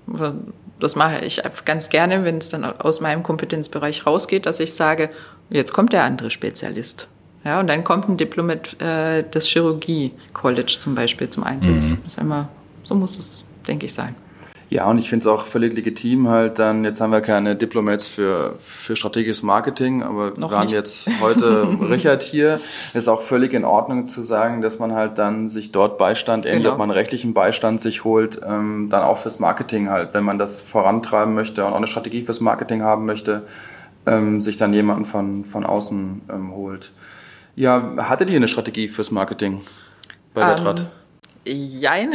[SPEAKER 3] das mache ich ganz gerne, wenn es dann aus meinem Kompetenzbereich rausgeht, dass ich sage, jetzt kommt der andere Spezialist. Ja, und dann kommt ein Diplomat äh, des Chirurgie-College zum Beispiel zum Einsatz. Mhm. Das ist immer, so muss es, denke ich, sein.
[SPEAKER 2] Ja, und ich finde es auch völlig legitim halt dann, jetzt haben wir keine Diplomats für, für strategisches Marketing, aber
[SPEAKER 3] Noch
[SPEAKER 2] wir haben
[SPEAKER 3] nicht.
[SPEAKER 2] jetzt heute Richard hier. Ist auch völlig in Ordnung zu sagen, dass man halt dann sich dort Beistand, ähnlich
[SPEAKER 3] Genau.
[SPEAKER 2] ob man rechtlichen Beistand sich holt, ähm, dann auch fürs Marketing halt, wenn man das vorantreiben möchte und auch eine Strategie fürs Marketing haben möchte, ähm, sich dann jemanden von, von außen ähm, holt. Ja, hattet ihr eine Strategie fürs Marketing bei Wettrat?
[SPEAKER 3] Ähm, Jein.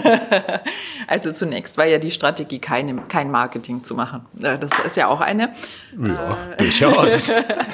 [SPEAKER 3] Also zunächst war ja die Strategie, keine, kein Marketing zu machen. Das ist ja auch eine.
[SPEAKER 1] Ja, äh, durchaus.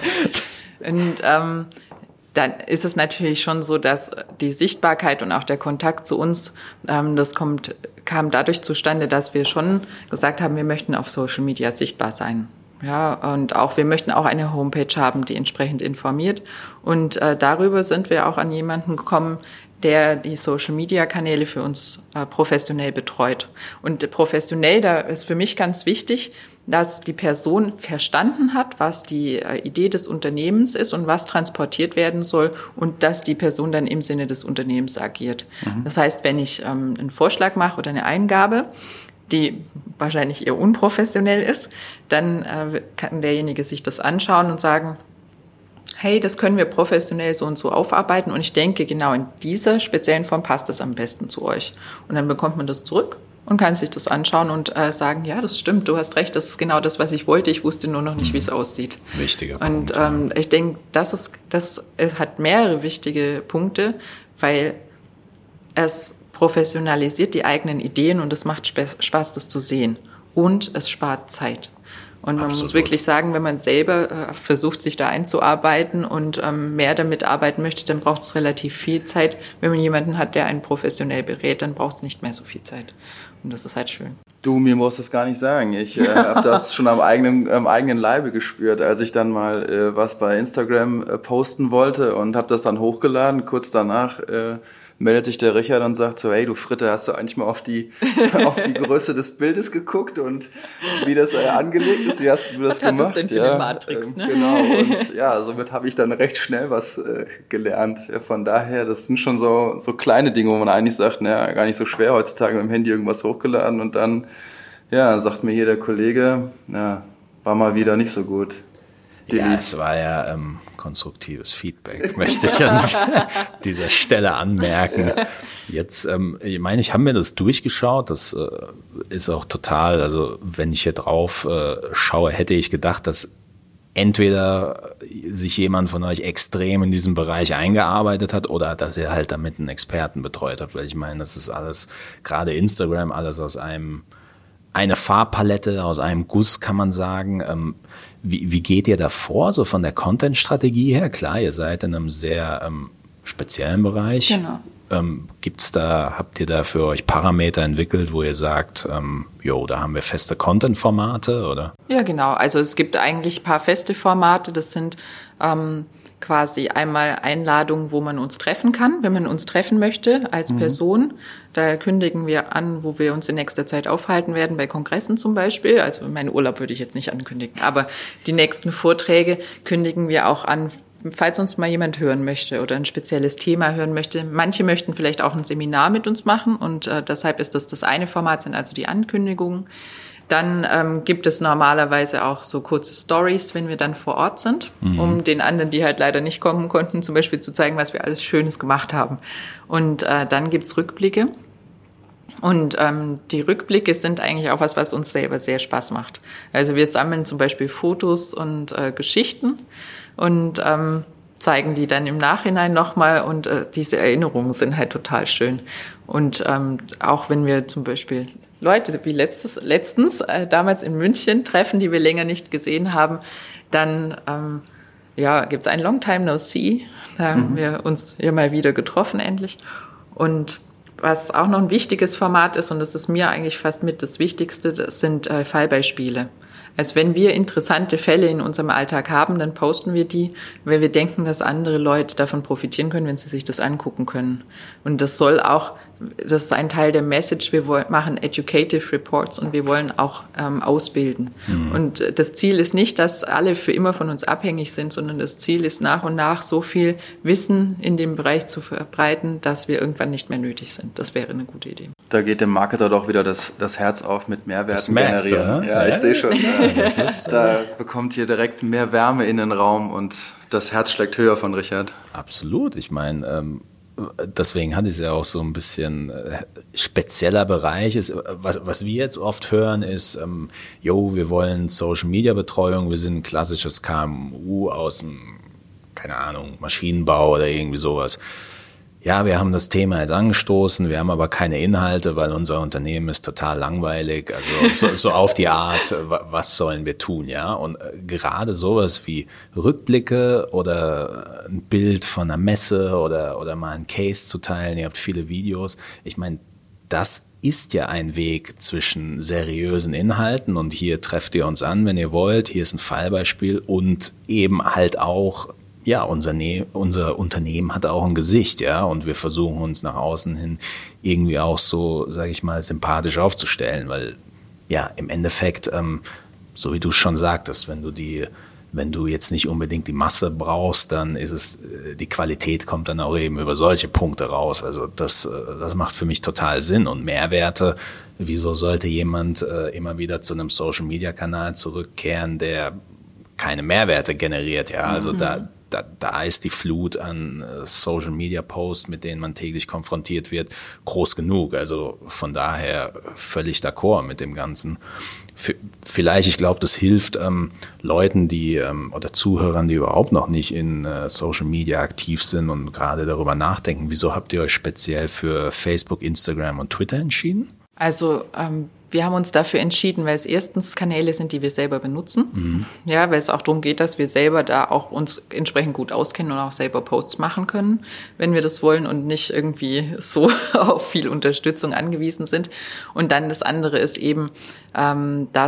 [SPEAKER 3] Und ähm, dann ist es natürlich schon so, dass die Sichtbarkeit und auch der Kontakt zu uns, ähm, das kommt, kam dadurch zustande, dass wir schon gesagt haben, wir möchten auf Social Media sichtbar sein. Ja, und auch, wir möchten auch eine Homepage haben, die entsprechend informiert. Und äh, darüber sind wir auch an jemanden gekommen, der die Social-Media-Kanäle für uns äh, professionell betreut. Und äh, professionell, da ist für mich ganz wichtig, dass die Person verstanden hat, was die äh, Idee des Unternehmens ist und was transportiert werden soll und dass die Person dann im Sinne des Unternehmens agiert. Mhm. Das heißt, wenn ich ähm, einen Vorschlag mache oder eine Eingabe, die wahrscheinlich eher unprofessionell ist, dann äh, kann derjenige sich das anschauen und sagen, hey, das können wir professionell so und so aufarbeiten und ich denke, genau in dieser speziellen Form passt das am besten zu euch. Und dann bekommt man das zurück und kann sich das anschauen und äh, sagen, ja, das stimmt, du hast recht, das ist genau das, was ich wollte, ich wusste nur noch nicht, wie es aussieht.
[SPEAKER 1] Wichtiger Punkt.
[SPEAKER 3] Und ähm, ich denke, das ist, das es hat mehrere wichtige Punkte, weil es professionalisiert die eigenen Ideen und es macht Spaß, das zu sehen. Und es spart Zeit. Und man Absolut. Muss wirklich sagen, wenn man selber äh, versucht, sich da einzuarbeiten und ähm, mehr damit arbeiten möchte, dann braucht es relativ viel Zeit. Wenn man jemanden hat, der einen professionell berät, dann braucht es nicht mehr so viel Zeit. Und das ist halt schön.
[SPEAKER 2] Du, mir musst das gar nicht sagen. Ich äh, habe das schon am eigenen, am eigenen Leibe gespürt, als ich dann mal äh, was bei Instagram äh, posten wollte und habe das dann hochgeladen. Kurz danach äh, meldet sich der Richard und sagt so, hey du Fritte, hast du eigentlich mal auf die auf die Größe des Bildes geguckt und wie das äh, angelegt ist? Wie hast du das
[SPEAKER 3] was
[SPEAKER 2] gemacht?
[SPEAKER 3] Was hat das denn für
[SPEAKER 2] ja,
[SPEAKER 3] eine Matrix? Ne?
[SPEAKER 2] Ähm, genau, und ja, somit habe ich dann recht schnell was äh, gelernt. Ja, von daher, das sind schon so so kleine Dinge, wo man eigentlich sagt, naja, gar nicht so schwer heutzutage mit dem Handy irgendwas hochgeladen und dann, ja, sagt mir hier der Kollege, na, war mal wieder nicht so gut.
[SPEAKER 1] Ja, es war ja ähm, konstruktives Feedback, möchte ich an dieser Stelle anmerken. Jetzt, ähm, ich meine, ich habe mir das durchgeschaut, das äh, ist auch total, also wenn ich hier drauf äh, schaue, hätte ich gedacht, dass entweder sich jemand von euch extrem in diesem Bereich eingearbeitet hat oder dass er halt damit einen Experten betreut hat, weil ich meine, das ist alles, gerade Instagram, alles aus einem, eine Farbpalette, aus einem Guss, kann man sagen. Ähm, Wie, wie geht ihr da vor, so von der Content-Strategie her? Klar, ihr seid in einem sehr ähm, speziellen Bereich.
[SPEAKER 3] Genau.
[SPEAKER 1] Ähm, gibt's da, habt ihr da für euch Parameter entwickelt, wo ihr sagt, ähm, jo, da haben wir feste Content-Formate, oder?
[SPEAKER 3] Ja, genau. Also es gibt eigentlich ein paar feste Formate. Das sind ähm, quasi einmal Einladungen, wo man uns treffen kann, wenn man uns treffen möchte als mhm. Person. Da kündigen wir an, wo wir uns in nächster Zeit aufhalten werden, bei Kongressen zum Beispiel. Also meinen Urlaub würde ich jetzt nicht ankündigen, aber die nächsten Vorträge kündigen wir auch an, falls uns mal jemand hören möchte oder ein spezielles Thema hören möchte. Manche möchten vielleicht auch ein Seminar mit uns machen und äh, deshalb ist das das eine Format, sind also die Ankündigungen. Dann ähm, gibt es normalerweise auch so kurze Stories, wenn wir dann vor Ort sind, mhm. um den anderen, die halt leider nicht kommen konnten, zum Beispiel zu zeigen, was wir alles Schönes gemacht haben. Und äh, dann gibt's Rückblicke. Und ähm, die Rückblicke sind eigentlich auch was, was uns selber sehr Spaß macht. Also wir sammeln zum Beispiel Fotos und äh, Geschichten und ähm, zeigen die dann im Nachhinein nochmal und äh, diese Erinnerungen sind halt total schön. Und ähm, auch wenn wir zum Beispiel Leute wie letztes, letztens, äh, damals in München treffen, die wir länger nicht gesehen haben, dann ähm, ja, gibt's ein Long Time No See. Da mhm. haben wir uns ja mal wieder getroffen endlich. Und was auch noch ein wichtiges Format ist, und das ist mir eigentlich fast mit das Wichtigste, das sind äh, Fallbeispiele. Also wenn wir interessante Fälle in unserem Alltag haben, dann posten wir die, weil wir denken, dass andere Leute davon profitieren können, wenn sie sich das angucken können. Und das soll auch, das ist ein Teil der Message, wir wollen, machen Educative Reports und wir wollen auch ähm, ausbilden. Mhm. Und das Ziel ist nicht, dass alle für immer von uns abhängig sind, sondern das Ziel ist nach und nach so viel Wissen in dem Bereich zu verbreiten, dass wir irgendwann nicht mehr nötig sind. Das wäre eine gute Idee.
[SPEAKER 2] Da geht dem Marketer doch wieder das, das Herz auf mit Mehrwerten generieren.
[SPEAKER 1] Du,
[SPEAKER 2] ja,
[SPEAKER 1] ja,
[SPEAKER 2] ich sehe schon. Ja, ist, da bekommt hier direkt mehr Wärme in den Raum und das Herz schlägt höher von Richard.
[SPEAKER 1] Absolut. Ich meine, ähm, deswegen hatte ich es ja auch so ein bisschen äh, spezieller Bereich. Ist, was, was wir jetzt oft hören ist, ähm, jo, wir wollen Social-Media-Betreuung, wir sind ein klassisches K M U aus dem, keine Ahnung, Maschinenbau oder irgendwie sowas. Ja, wir haben das Thema jetzt angestoßen, wir haben aber keine Inhalte, weil unser Unternehmen ist total langweilig. Also so, so auf die Art, was sollen wir tun, ja? Und gerade sowas wie Rückblicke oder ein Bild von einer Messe oder oder mal ein Case zu teilen, ihr habt viele Videos. Ich meine, das ist ja ein Weg zwischen seriösen Inhalten und hier trefft ihr uns an, wenn ihr wollt. Hier ist ein Fallbeispiel und eben halt auch ja, unser, ne- unser Unternehmen hat auch ein Gesicht, ja, und wir versuchen uns nach außen hin irgendwie auch so, sage ich mal, sympathisch aufzustellen, weil ja, im Endeffekt, ähm, so wie du schon sagtest, wenn du die, wenn du jetzt nicht unbedingt die Masse brauchst, dann ist es, die Qualität kommt dann auch eben über solche Punkte raus. Also das, das macht für mich total Sinn und Mehrwerte. Wieso sollte jemand äh, immer wieder zu einem Social-Media-Kanal zurückkehren, der keine Mehrwerte generiert, ja, also mhm. da Da, da ist die Flut an äh, Social-Media-Posts, mit denen man täglich konfrontiert wird, groß genug. Also von daher völlig d'accord mit dem Ganzen. F- vielleicht, ich glaube, das hilft ähm, Leuten, die ähm, oder Zuhörern, die überhaupt noch nicht in äh, Social-Media aktiv sind und gerade darüber nachdenken. Wieso habt ihr euch speziell für Facebook, Instagram und Twitter entschieden?
[SPEAKER 3] Also ähm, wir haben uns dafür entschieden, weil es erstens Kanäle sind, die wir selber benutzen. Mhm. Ja, weil es auch darum geht, dass wir selber da auch uns entsprechend gut auskennen und auch selber Posts machen können, wenn wir das wollen und nicht irgendwie so auf viel Unterstützung angewiesen sind. Und dann das andere ist eben, ähm, dass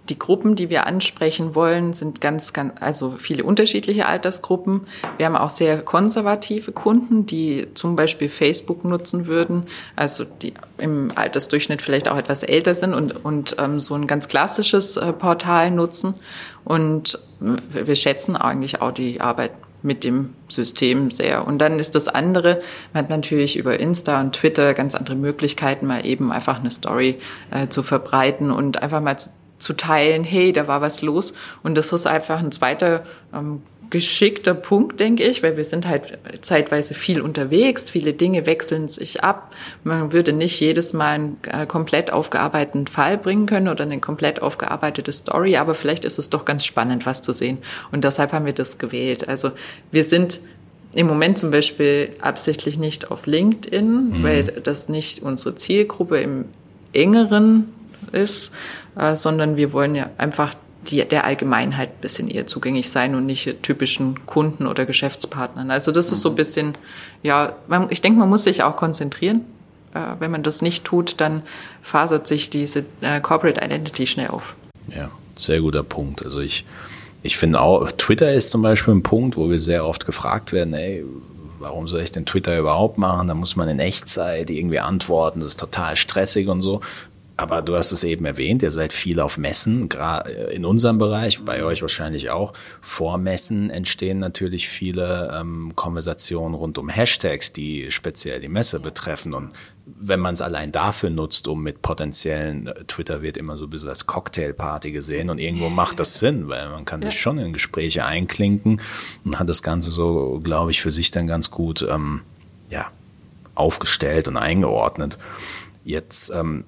[SPEAKER 3] die Gruppen, die wir ansprechen wollen, sind ganz, ganz, also viele unterschiedliche Altersgruppen. Wir haben auch sehr konservative Kunden, die zum Beispiel Facebook nutzen würden, also die im Altersdurchschnitt vielleicht auch etwas älter sind und, und ähm, so ein ganz klassisches äh, Portal nutzen. Und wir schätzen eigentlich auch die Arbeit mit dem System sehr. Und dann ist das andere, man hat natürlich über Insta und Twitter ganz andere Möglichkeiten, mal eben einfach eine Story äh, zu verbreiten und einfach mal zu, zu teilen, hey, da war was los. Und das ist einfach ein zweiter ähm, geschickter Punkt, denke ich, weil wir sind halt zeitweise viel unterwegs, viele Dinge wechseln sich ab. Man würde nicht jedes Mal einen äh, komplett aufgearbeiteten Fall bringen können oder eine komplett aufgearbeitete Story, aber vielleicht ist es doch ganz spannend, was zu sehen. Und deshalb haben wir das gewählt. Also wir sind im Moment zum Beispiel absichtlich nicht auf LinkedIn, mhm. weil das nicht unsere Zielgruppe im engeren ist, äh, sondern wir wollen ja einfach die, der Allgemeinheit ein bisschen eher zugänglich sein und nicht typischen Kunden oder Geschäftspartnern. Also das ist so ein bisschen, ja, man, ich denke, man muss sich auch konzentrieren. Äh, wenn man das nicht tut, dann fasert sich diese äh, Corporate Identity schnell auf.
[SPEAKER 1] Ja, sehr guter Punkt. Also ich, ich finde auch, Twitter ist zum Beispiel ein Punkt, wo wir sehr oft gefragt werden, ey, warum soll ich denn Twitter überhaupt machen? Da muss man in Echtzeit irgendwie antworten, das ist total stressig und so. Aber du hast es eben erwähnt, ihr seid viel auf Messen, gerade in unserem Bereich, bei euch wahrscheinlich auch. Vor Messen entstehen natürlich viele ähm, Konversationen rund um Hashtags, die speziell die Messe betreffen. Und wenn man es allein dafür nutzt, um mit potenziellen, Twitter wird immer so ein bisschen als Cocktailparty gesehen und irgendwo macht das Sinn, weil man kann sich schon in Gespräche einklinken und hat das Ganze so, glaube ich, für sich dann ganz gut ähm, ja, aufgestellt und eingeordnet. Jetzt ähm,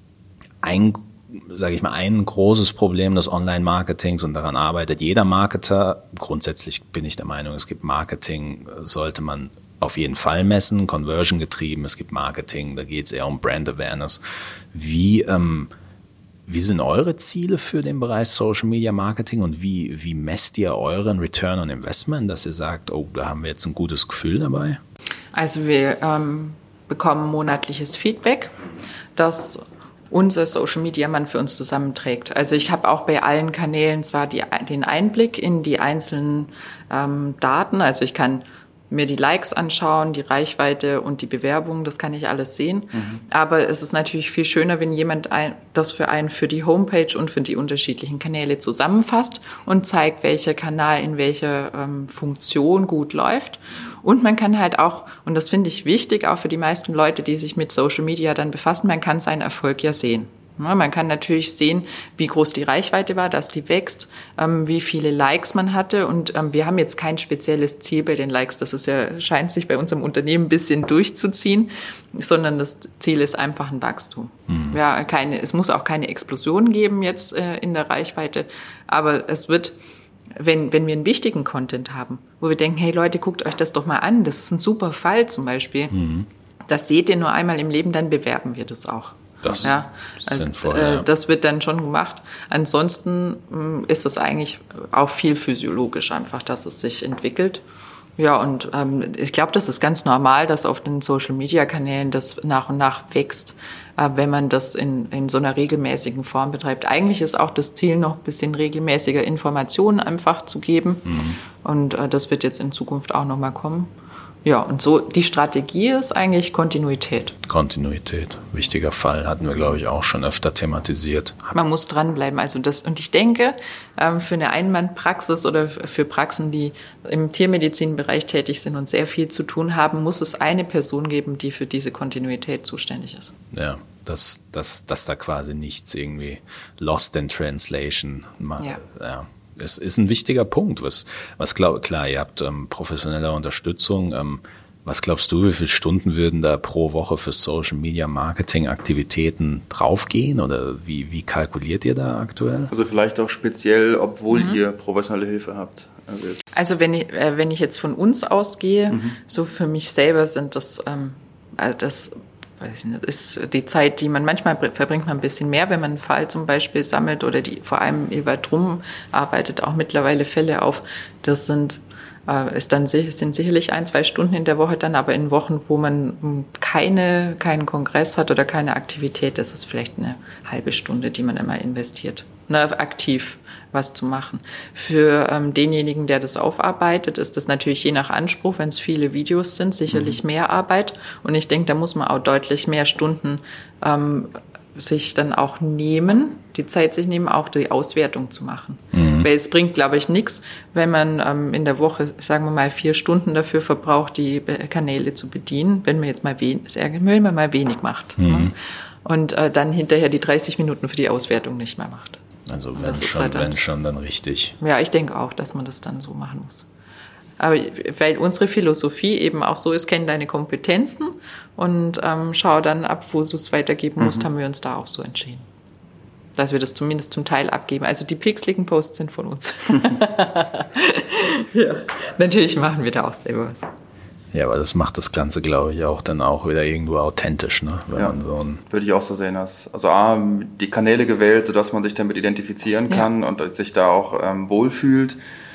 [SPEAKER 1] ein, sage ich mal, ein großes Problem des Online-Marketings und daran arbeitet jeder Marketer. Grundsätzlich bin ich der Meinung, es gibt Marketing, sollte man auf jeden Fall messen, Conversion getrieben. Es gibt Marketing, da geht es eher um Brand Awareness. Wie, ähm, wie sind eure Ziele für den Bereich Social Media Marketing und wie, wie messt ihr euren Return on Investment, dass ihr sagt, oh, da haben wir jetzt ein gutes Gefühl dabei?
[SPEAKER 3] Also wir ähm, bekommen monatliches Feedback, das unser Social Media Mann für uns zusammenträgt. Also ich habe auch bei allen Kanälen zwar die, den Einblick in die einzelnen ähm, Daten, also ich kann mir die Likes anschauen, die Reichweite und die Bewerbung, das kann ich alles sehen. Mhm. Aber es ist natürlich viel schöner, wenn jemand ein, das für einen für die Homepage und für die unterschiedlichen Kanäle zusammenfasst und zeigt, welcher Kanal in welcher ähm, Funktion gut läuft. Und man kann halt auch, und das finde ich wichtig, auch für die meisten Leute, die sich mit Social Media dann befassen, man kann seinen Erfolg ja sehen. Ja, man kann natürlich sehen, wie groß die Reichweite war, dass die wächst, ähm, wie viele Likes man hatte. Und ähm, wir haben jetzt kein spezielles Ziel bei den Likes. Das ist ja, scheint sich bei unserem Unternehmen ein bisschen durchzuziehen, sondern das Ziel ist einfach ein Wachstum. Mhm. Ja, keine, es muss auch keine Explosion geben jetzt äh, in der Reichweite, aber es wird, wenn, wenn wir einen wichtigen Content haben, wo wir denken, hey Leute, guckt euch das doch mal an, das ist ein super Fall zum Beispiel. Mhm. Das seht ihr nur einmal im Leben, dann bewerben wir das auch.
[SPEAKER 1] Das
[SPEAKER 3] ja, also,
[SPEAKER 1] sinnvoll,
[SPEAKER 3] äh,
[SPEAKER 1] ja.
[SPEAKER 3] Das wird dann schon gemacht. Ansonsten mh, ist es eigentlich auch viel physiologisch einfach, dass es sich entwickelt. Ja, und ähm, ich glaube, das ist ganz normal, dass auf den Social-Media-Kanälen das nach und nach wächst, äh, wenn man das in, in so einer regelmäßigen Form betreibt. Eigentlich ist auch das Ziel, noch ein bisschen regelmäßiger Informationen einfach zu geben. Mhm. Und äh, das wird jetzt in Zukunft auch nochmal kommen. Ja, und so die Strategie ist eigentlich Kontinuität.
[SPEAKER 1] Kontinuität, wichtiger Fall, hatten wir, glaube ich, auch schon öfter thematisiert.
[SPEAKER 3] Man muss dranbleiben. Also das, und ich denke, für eine Einmannpraxis oder für Praxen, die im Tiermedizinbereich tätig sind und sehr viel zu tun haben, muss es eine Person geben, die für diese Kontinuität zuständig ist.
[SPEAKER 1] Ja, dass, dass, dass da quasi nichts irgendwie lost in translation mal, ja. ja. Es ist ein wichtiger Punkt. Was, was glaub, klar, ihr habt ähm, professionelle Unterstützung. Ähm, was glaubst du, wie viele Stunden würden da pro Woche für Social Media Marketing Aktivitäten draufgehen? Oder wie, wie kalkuliert ihr da aktuell?
[SPEAKER 2] Also vielleicht auch speziell, obwohl mhm. ihr professionelle Hilfe habt.
[SPEAKER 3] Also, also wenn ich, äh, wenn ich jetzt von uns ausgehe, mhm. so für mich selber sind das, ähm, das weiß ich nicht, ist die Zeit, die man manchmal verbringt man ein bisschen mehr, wenn man einen Fall zum Beispiel sammelt oder die vor allem Ewald Drum arbeitet auch mittlerweile Fälle auf. Das sind äh, ist dann sind sicherlich ein, zwei Stunden in der Woche dann, aber in Wochen, wo man keine, keinen Kongress hat oder keine Aktivität, das ist vielleicht eine halbe Stunde, die man immer investiert, ne, aktiv was zu machen. Für ähm, denjenigen, der das aufarbeitet, ist das natürlich je nach Anspruch, wenn es viele Videos sind, sicherlich mhm. mehr Arbeit. Und ich denke, da muss man auch deutlich mehr Stunden ähm, sich dann auch nehmen, die Zeit sich nehmen, auch die Auswertung zu machen. Mhm. Weil es bringt, glaube ich, nichts, wenn man ähm, in der Woche, sagen wir mal, vier Stunden dafür verbraucht, die Kanäle zu bedienen, wenn man jetzt mal wenig, wenn man mal wenig macht. Mhm. Ne? Und äh, dann hinterher die dreißig Minuten für die Auswertung nicht mehr macht.
[SPEAKER 1] Also wenn schon, halt wenn schon, dann richtig.
[SPEAKER 3] Ja, ich denke auch, dass man das dann so machen muss. Aber weil unsere Philosophie eben auch so ist, kenn deine Kompetenzen und ähm, schau dann ab, wo du es weitergeben musst, mhm. haben wir uns da auch so entschieden. Dass wir das zumindest zum Teil abgeben. Also die pixeligen Posts sind von uns. Ja, natürlich machen wir da auch selber was.
[SPEAKER 1] Ja, aber das macht das Ganze, glaube ich, auch dann auch wieder irgendwo authentisch, ne? Wenn
[SPEAKER 2] ja,
[SPEAKER 1] man so ein
[SPEAKER 2] würde ich auch so sehen. Dass, also A, die Kanäle gewählt, sodass man sich damit identifizieren kann ja. und sich da auch ähm, wohlfühlt.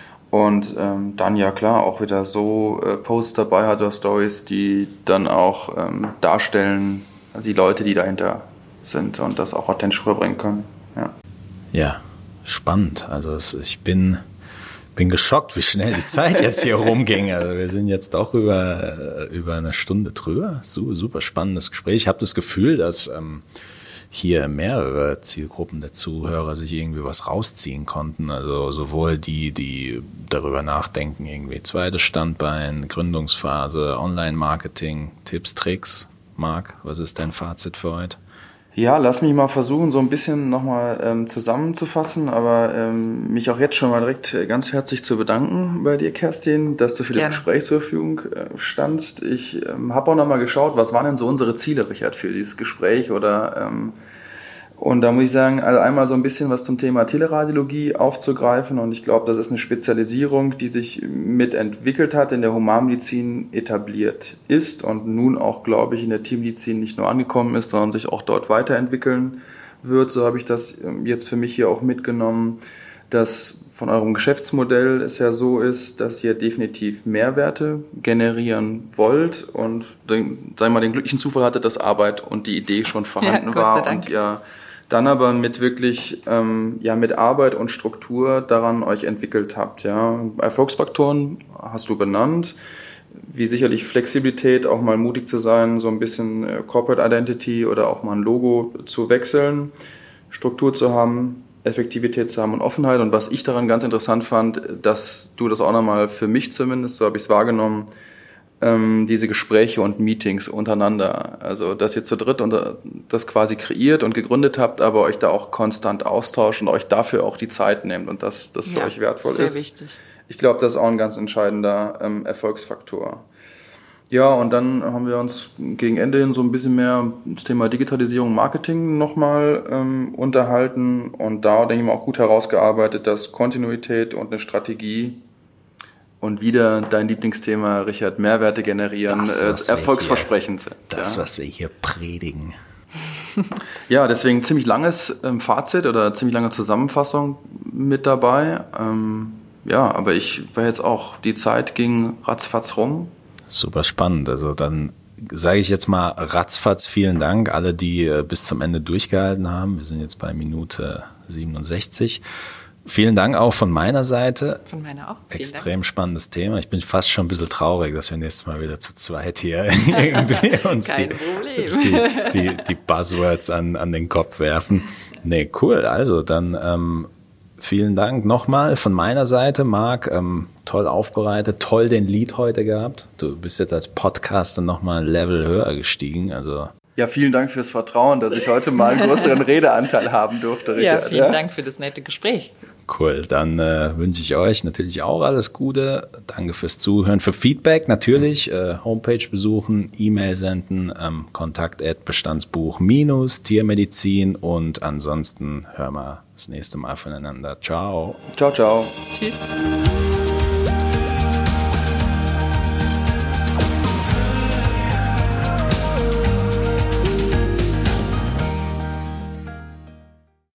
[SPEAKER 2] Und ähm, dann ja klar auch wieder so äh, Posts dabei hat oder Stories, die dann auch ähm, darstellen, also die Leute, die dahinter sind und das auch authentisch rüberbringen können. Ja,
[SPEAKER 1] ja, spannend. Also es, ich bin... bin geschockt, wie schnell die Zeit jetzt hier rumging. Also wir sind jetzt doch über über eine Stunde drüber. So, super spannendes Gespräch. Ich habe das Gefühl, dass ähm, hier mehrere Zielgruppen der Zuhörer sich irgendwie was rausziehen konnten. Also sowohl die, die darüber nachdenken, irgendwie zweites Standbein, Gründungsphase, Online-Marketing, Tipps, Tricks. Marc, was ist dein Fazit für heute?
[SPEAKER 2] Ja, lass mich mal versuchen, so ein bisschen nochmal ähm, zusammenzufassen, aber ähm, mich auch jetzt schon mal direkt ganz herzlich zu bedanken bei dir, Kerstin, dass du für Gerne. Das Gespräch zur Verfügung äh, standst. Ich ähm, habe auch nochmal geschaut, was waren denn so unsere Ziele, Richard, für dieses Gespräch oder ähm, und da muss ich sagen, also einmal so ein bisschen was zum Thema Teleradiologie aufzugreifen und ich glaube, das ist eine Spezialisierung, die sich mitentwickelt hat, in der Humanmedizin etabliert ist und nun auch, glaube ich, in der Tiermedizin nicht nur angekommen ist, sondern sich auch dort weiterentwickeln wird. So habe ich das jetzt für mich hier auch mitgenommen, dass von eurem Geschäftsmodell es ja so ist, dass ihr definitiv Mehrwerte generieren wollt und den, sagen wir mal, den glücklichen Zufall hattet, dass Arbeit und die Idee schon vorhanden ja, war und ihr dann aber mit wirklich ähm, ja mit Arbeit und Struktur daran euch entwickelt habt. Ja, Erfolgsfaktoren hast du benannt, wie sicherlich Flexibilität, auch mal mutig zu sein, so ein bisschen äh, Corporate Identity oder auch mal ein Logo zu wechseln, Struktur zu haben, Effektivität zu haben und Offenheit. Und was ich daran ganz interessant fand, dass du das auch nochmal für mich zumindest, so habe ich es wahrgenommen, ähm, diese Gespräche und Meetings untereinander. Also, dass ihr zu dritt unter, das quasi kreiert und gegründet habt, aber euch da auch konstant austauscht und euch dafür auch die Zeit nehmt und das, das für ja, euch wertvoll
[SPEAKER 3] sehr
[SPEAKER 2] ist.
[SPEAKER 3] Wichtig.
[SPEAKER 2] Ich glaube, das ist auch ein ganz entscheidender ähm, Erfolgsfaktor. Ja, und dann haben wir uns gegen Ende hin so ein bisschen mehr das Thema Digitalisierung, Marketing nochmal ähm, unterhalten und da, denke ich mal, auch gut herausgearbeitet, dass Kontinuität und eine Strategie und wieder dein Lieblingsthema, Richard, Mehrwerte generieren, das, äh, erfolgsversprechend sind.
[SPEAKER 1] Das,
[SPEAKER 2] ja.
[SPEAKER 1] was wir hier predigen.
[SPEAKER 2] Ja, deswegen ziemlich langes ähm, Fazit oder ziemlich lange Zusammenfassung mit dabei. Ähm, ja, aber ich war jetzt auch, die Zeit ging ratzfatz rum.
[SPEAKER 1] Super spannend. Also dann sage ich jetzt mal ratzfatz vielen Dank, alle, die äh, bis zum Ende durchgehalten haben. Wir sind jetzt bei Minute siebenundsechzig. Vielen Dank auch von meiner Seite.
[SPEAKER 3] Von meiner auch. Vielen
[SPEAKER 1] Extrem
[SPEAKER 3] Dank.
[SPEAKER 1] Spannendes Thema. Ich bin fast schon ein bisschen traurig, dass wir nächstes Mal wieder zu zweit hier irgendwie uns
[SPEAKER 3] Kein
[SPEAKER 1] die,
[SPEAKER 3] Problem.
[SPEAKER 1] die, die, die Buzzwords an, an den Kopf werfen. Nee, cool. Also dann ähm, vielen Dank nochmal von meiner Seite, Marc. Ähm, toll aufbereitet, toll den Lead heute gehabt. Du bist jetzt als Podcaster nochmal ein Level höher gestiegen. Also
[SPEAKER 2] ja, vielen Dank fürs Vertrauen, dass ich heute mal einen größeren Redeanteil haben durfte, Richard.
[SPEAKER 3] Ja, vielen ja? Dank für das nette Gespräch.
[SPEAKER 1] Cool, dann äh, wünsche ich euch natürlich auch alles Gute. Danke fürs Zuhören. Für Feedback natürlich äh, Homepage besuchen, E-Mail senden, ähm, kontakt at bestandsbuch Tiermedizin und ansonsten hören wir das nächste Mal voneinander. Ciao.
[SPEAKER 2] Ciao, ciao.
[SPEAKER 3] Tschüss.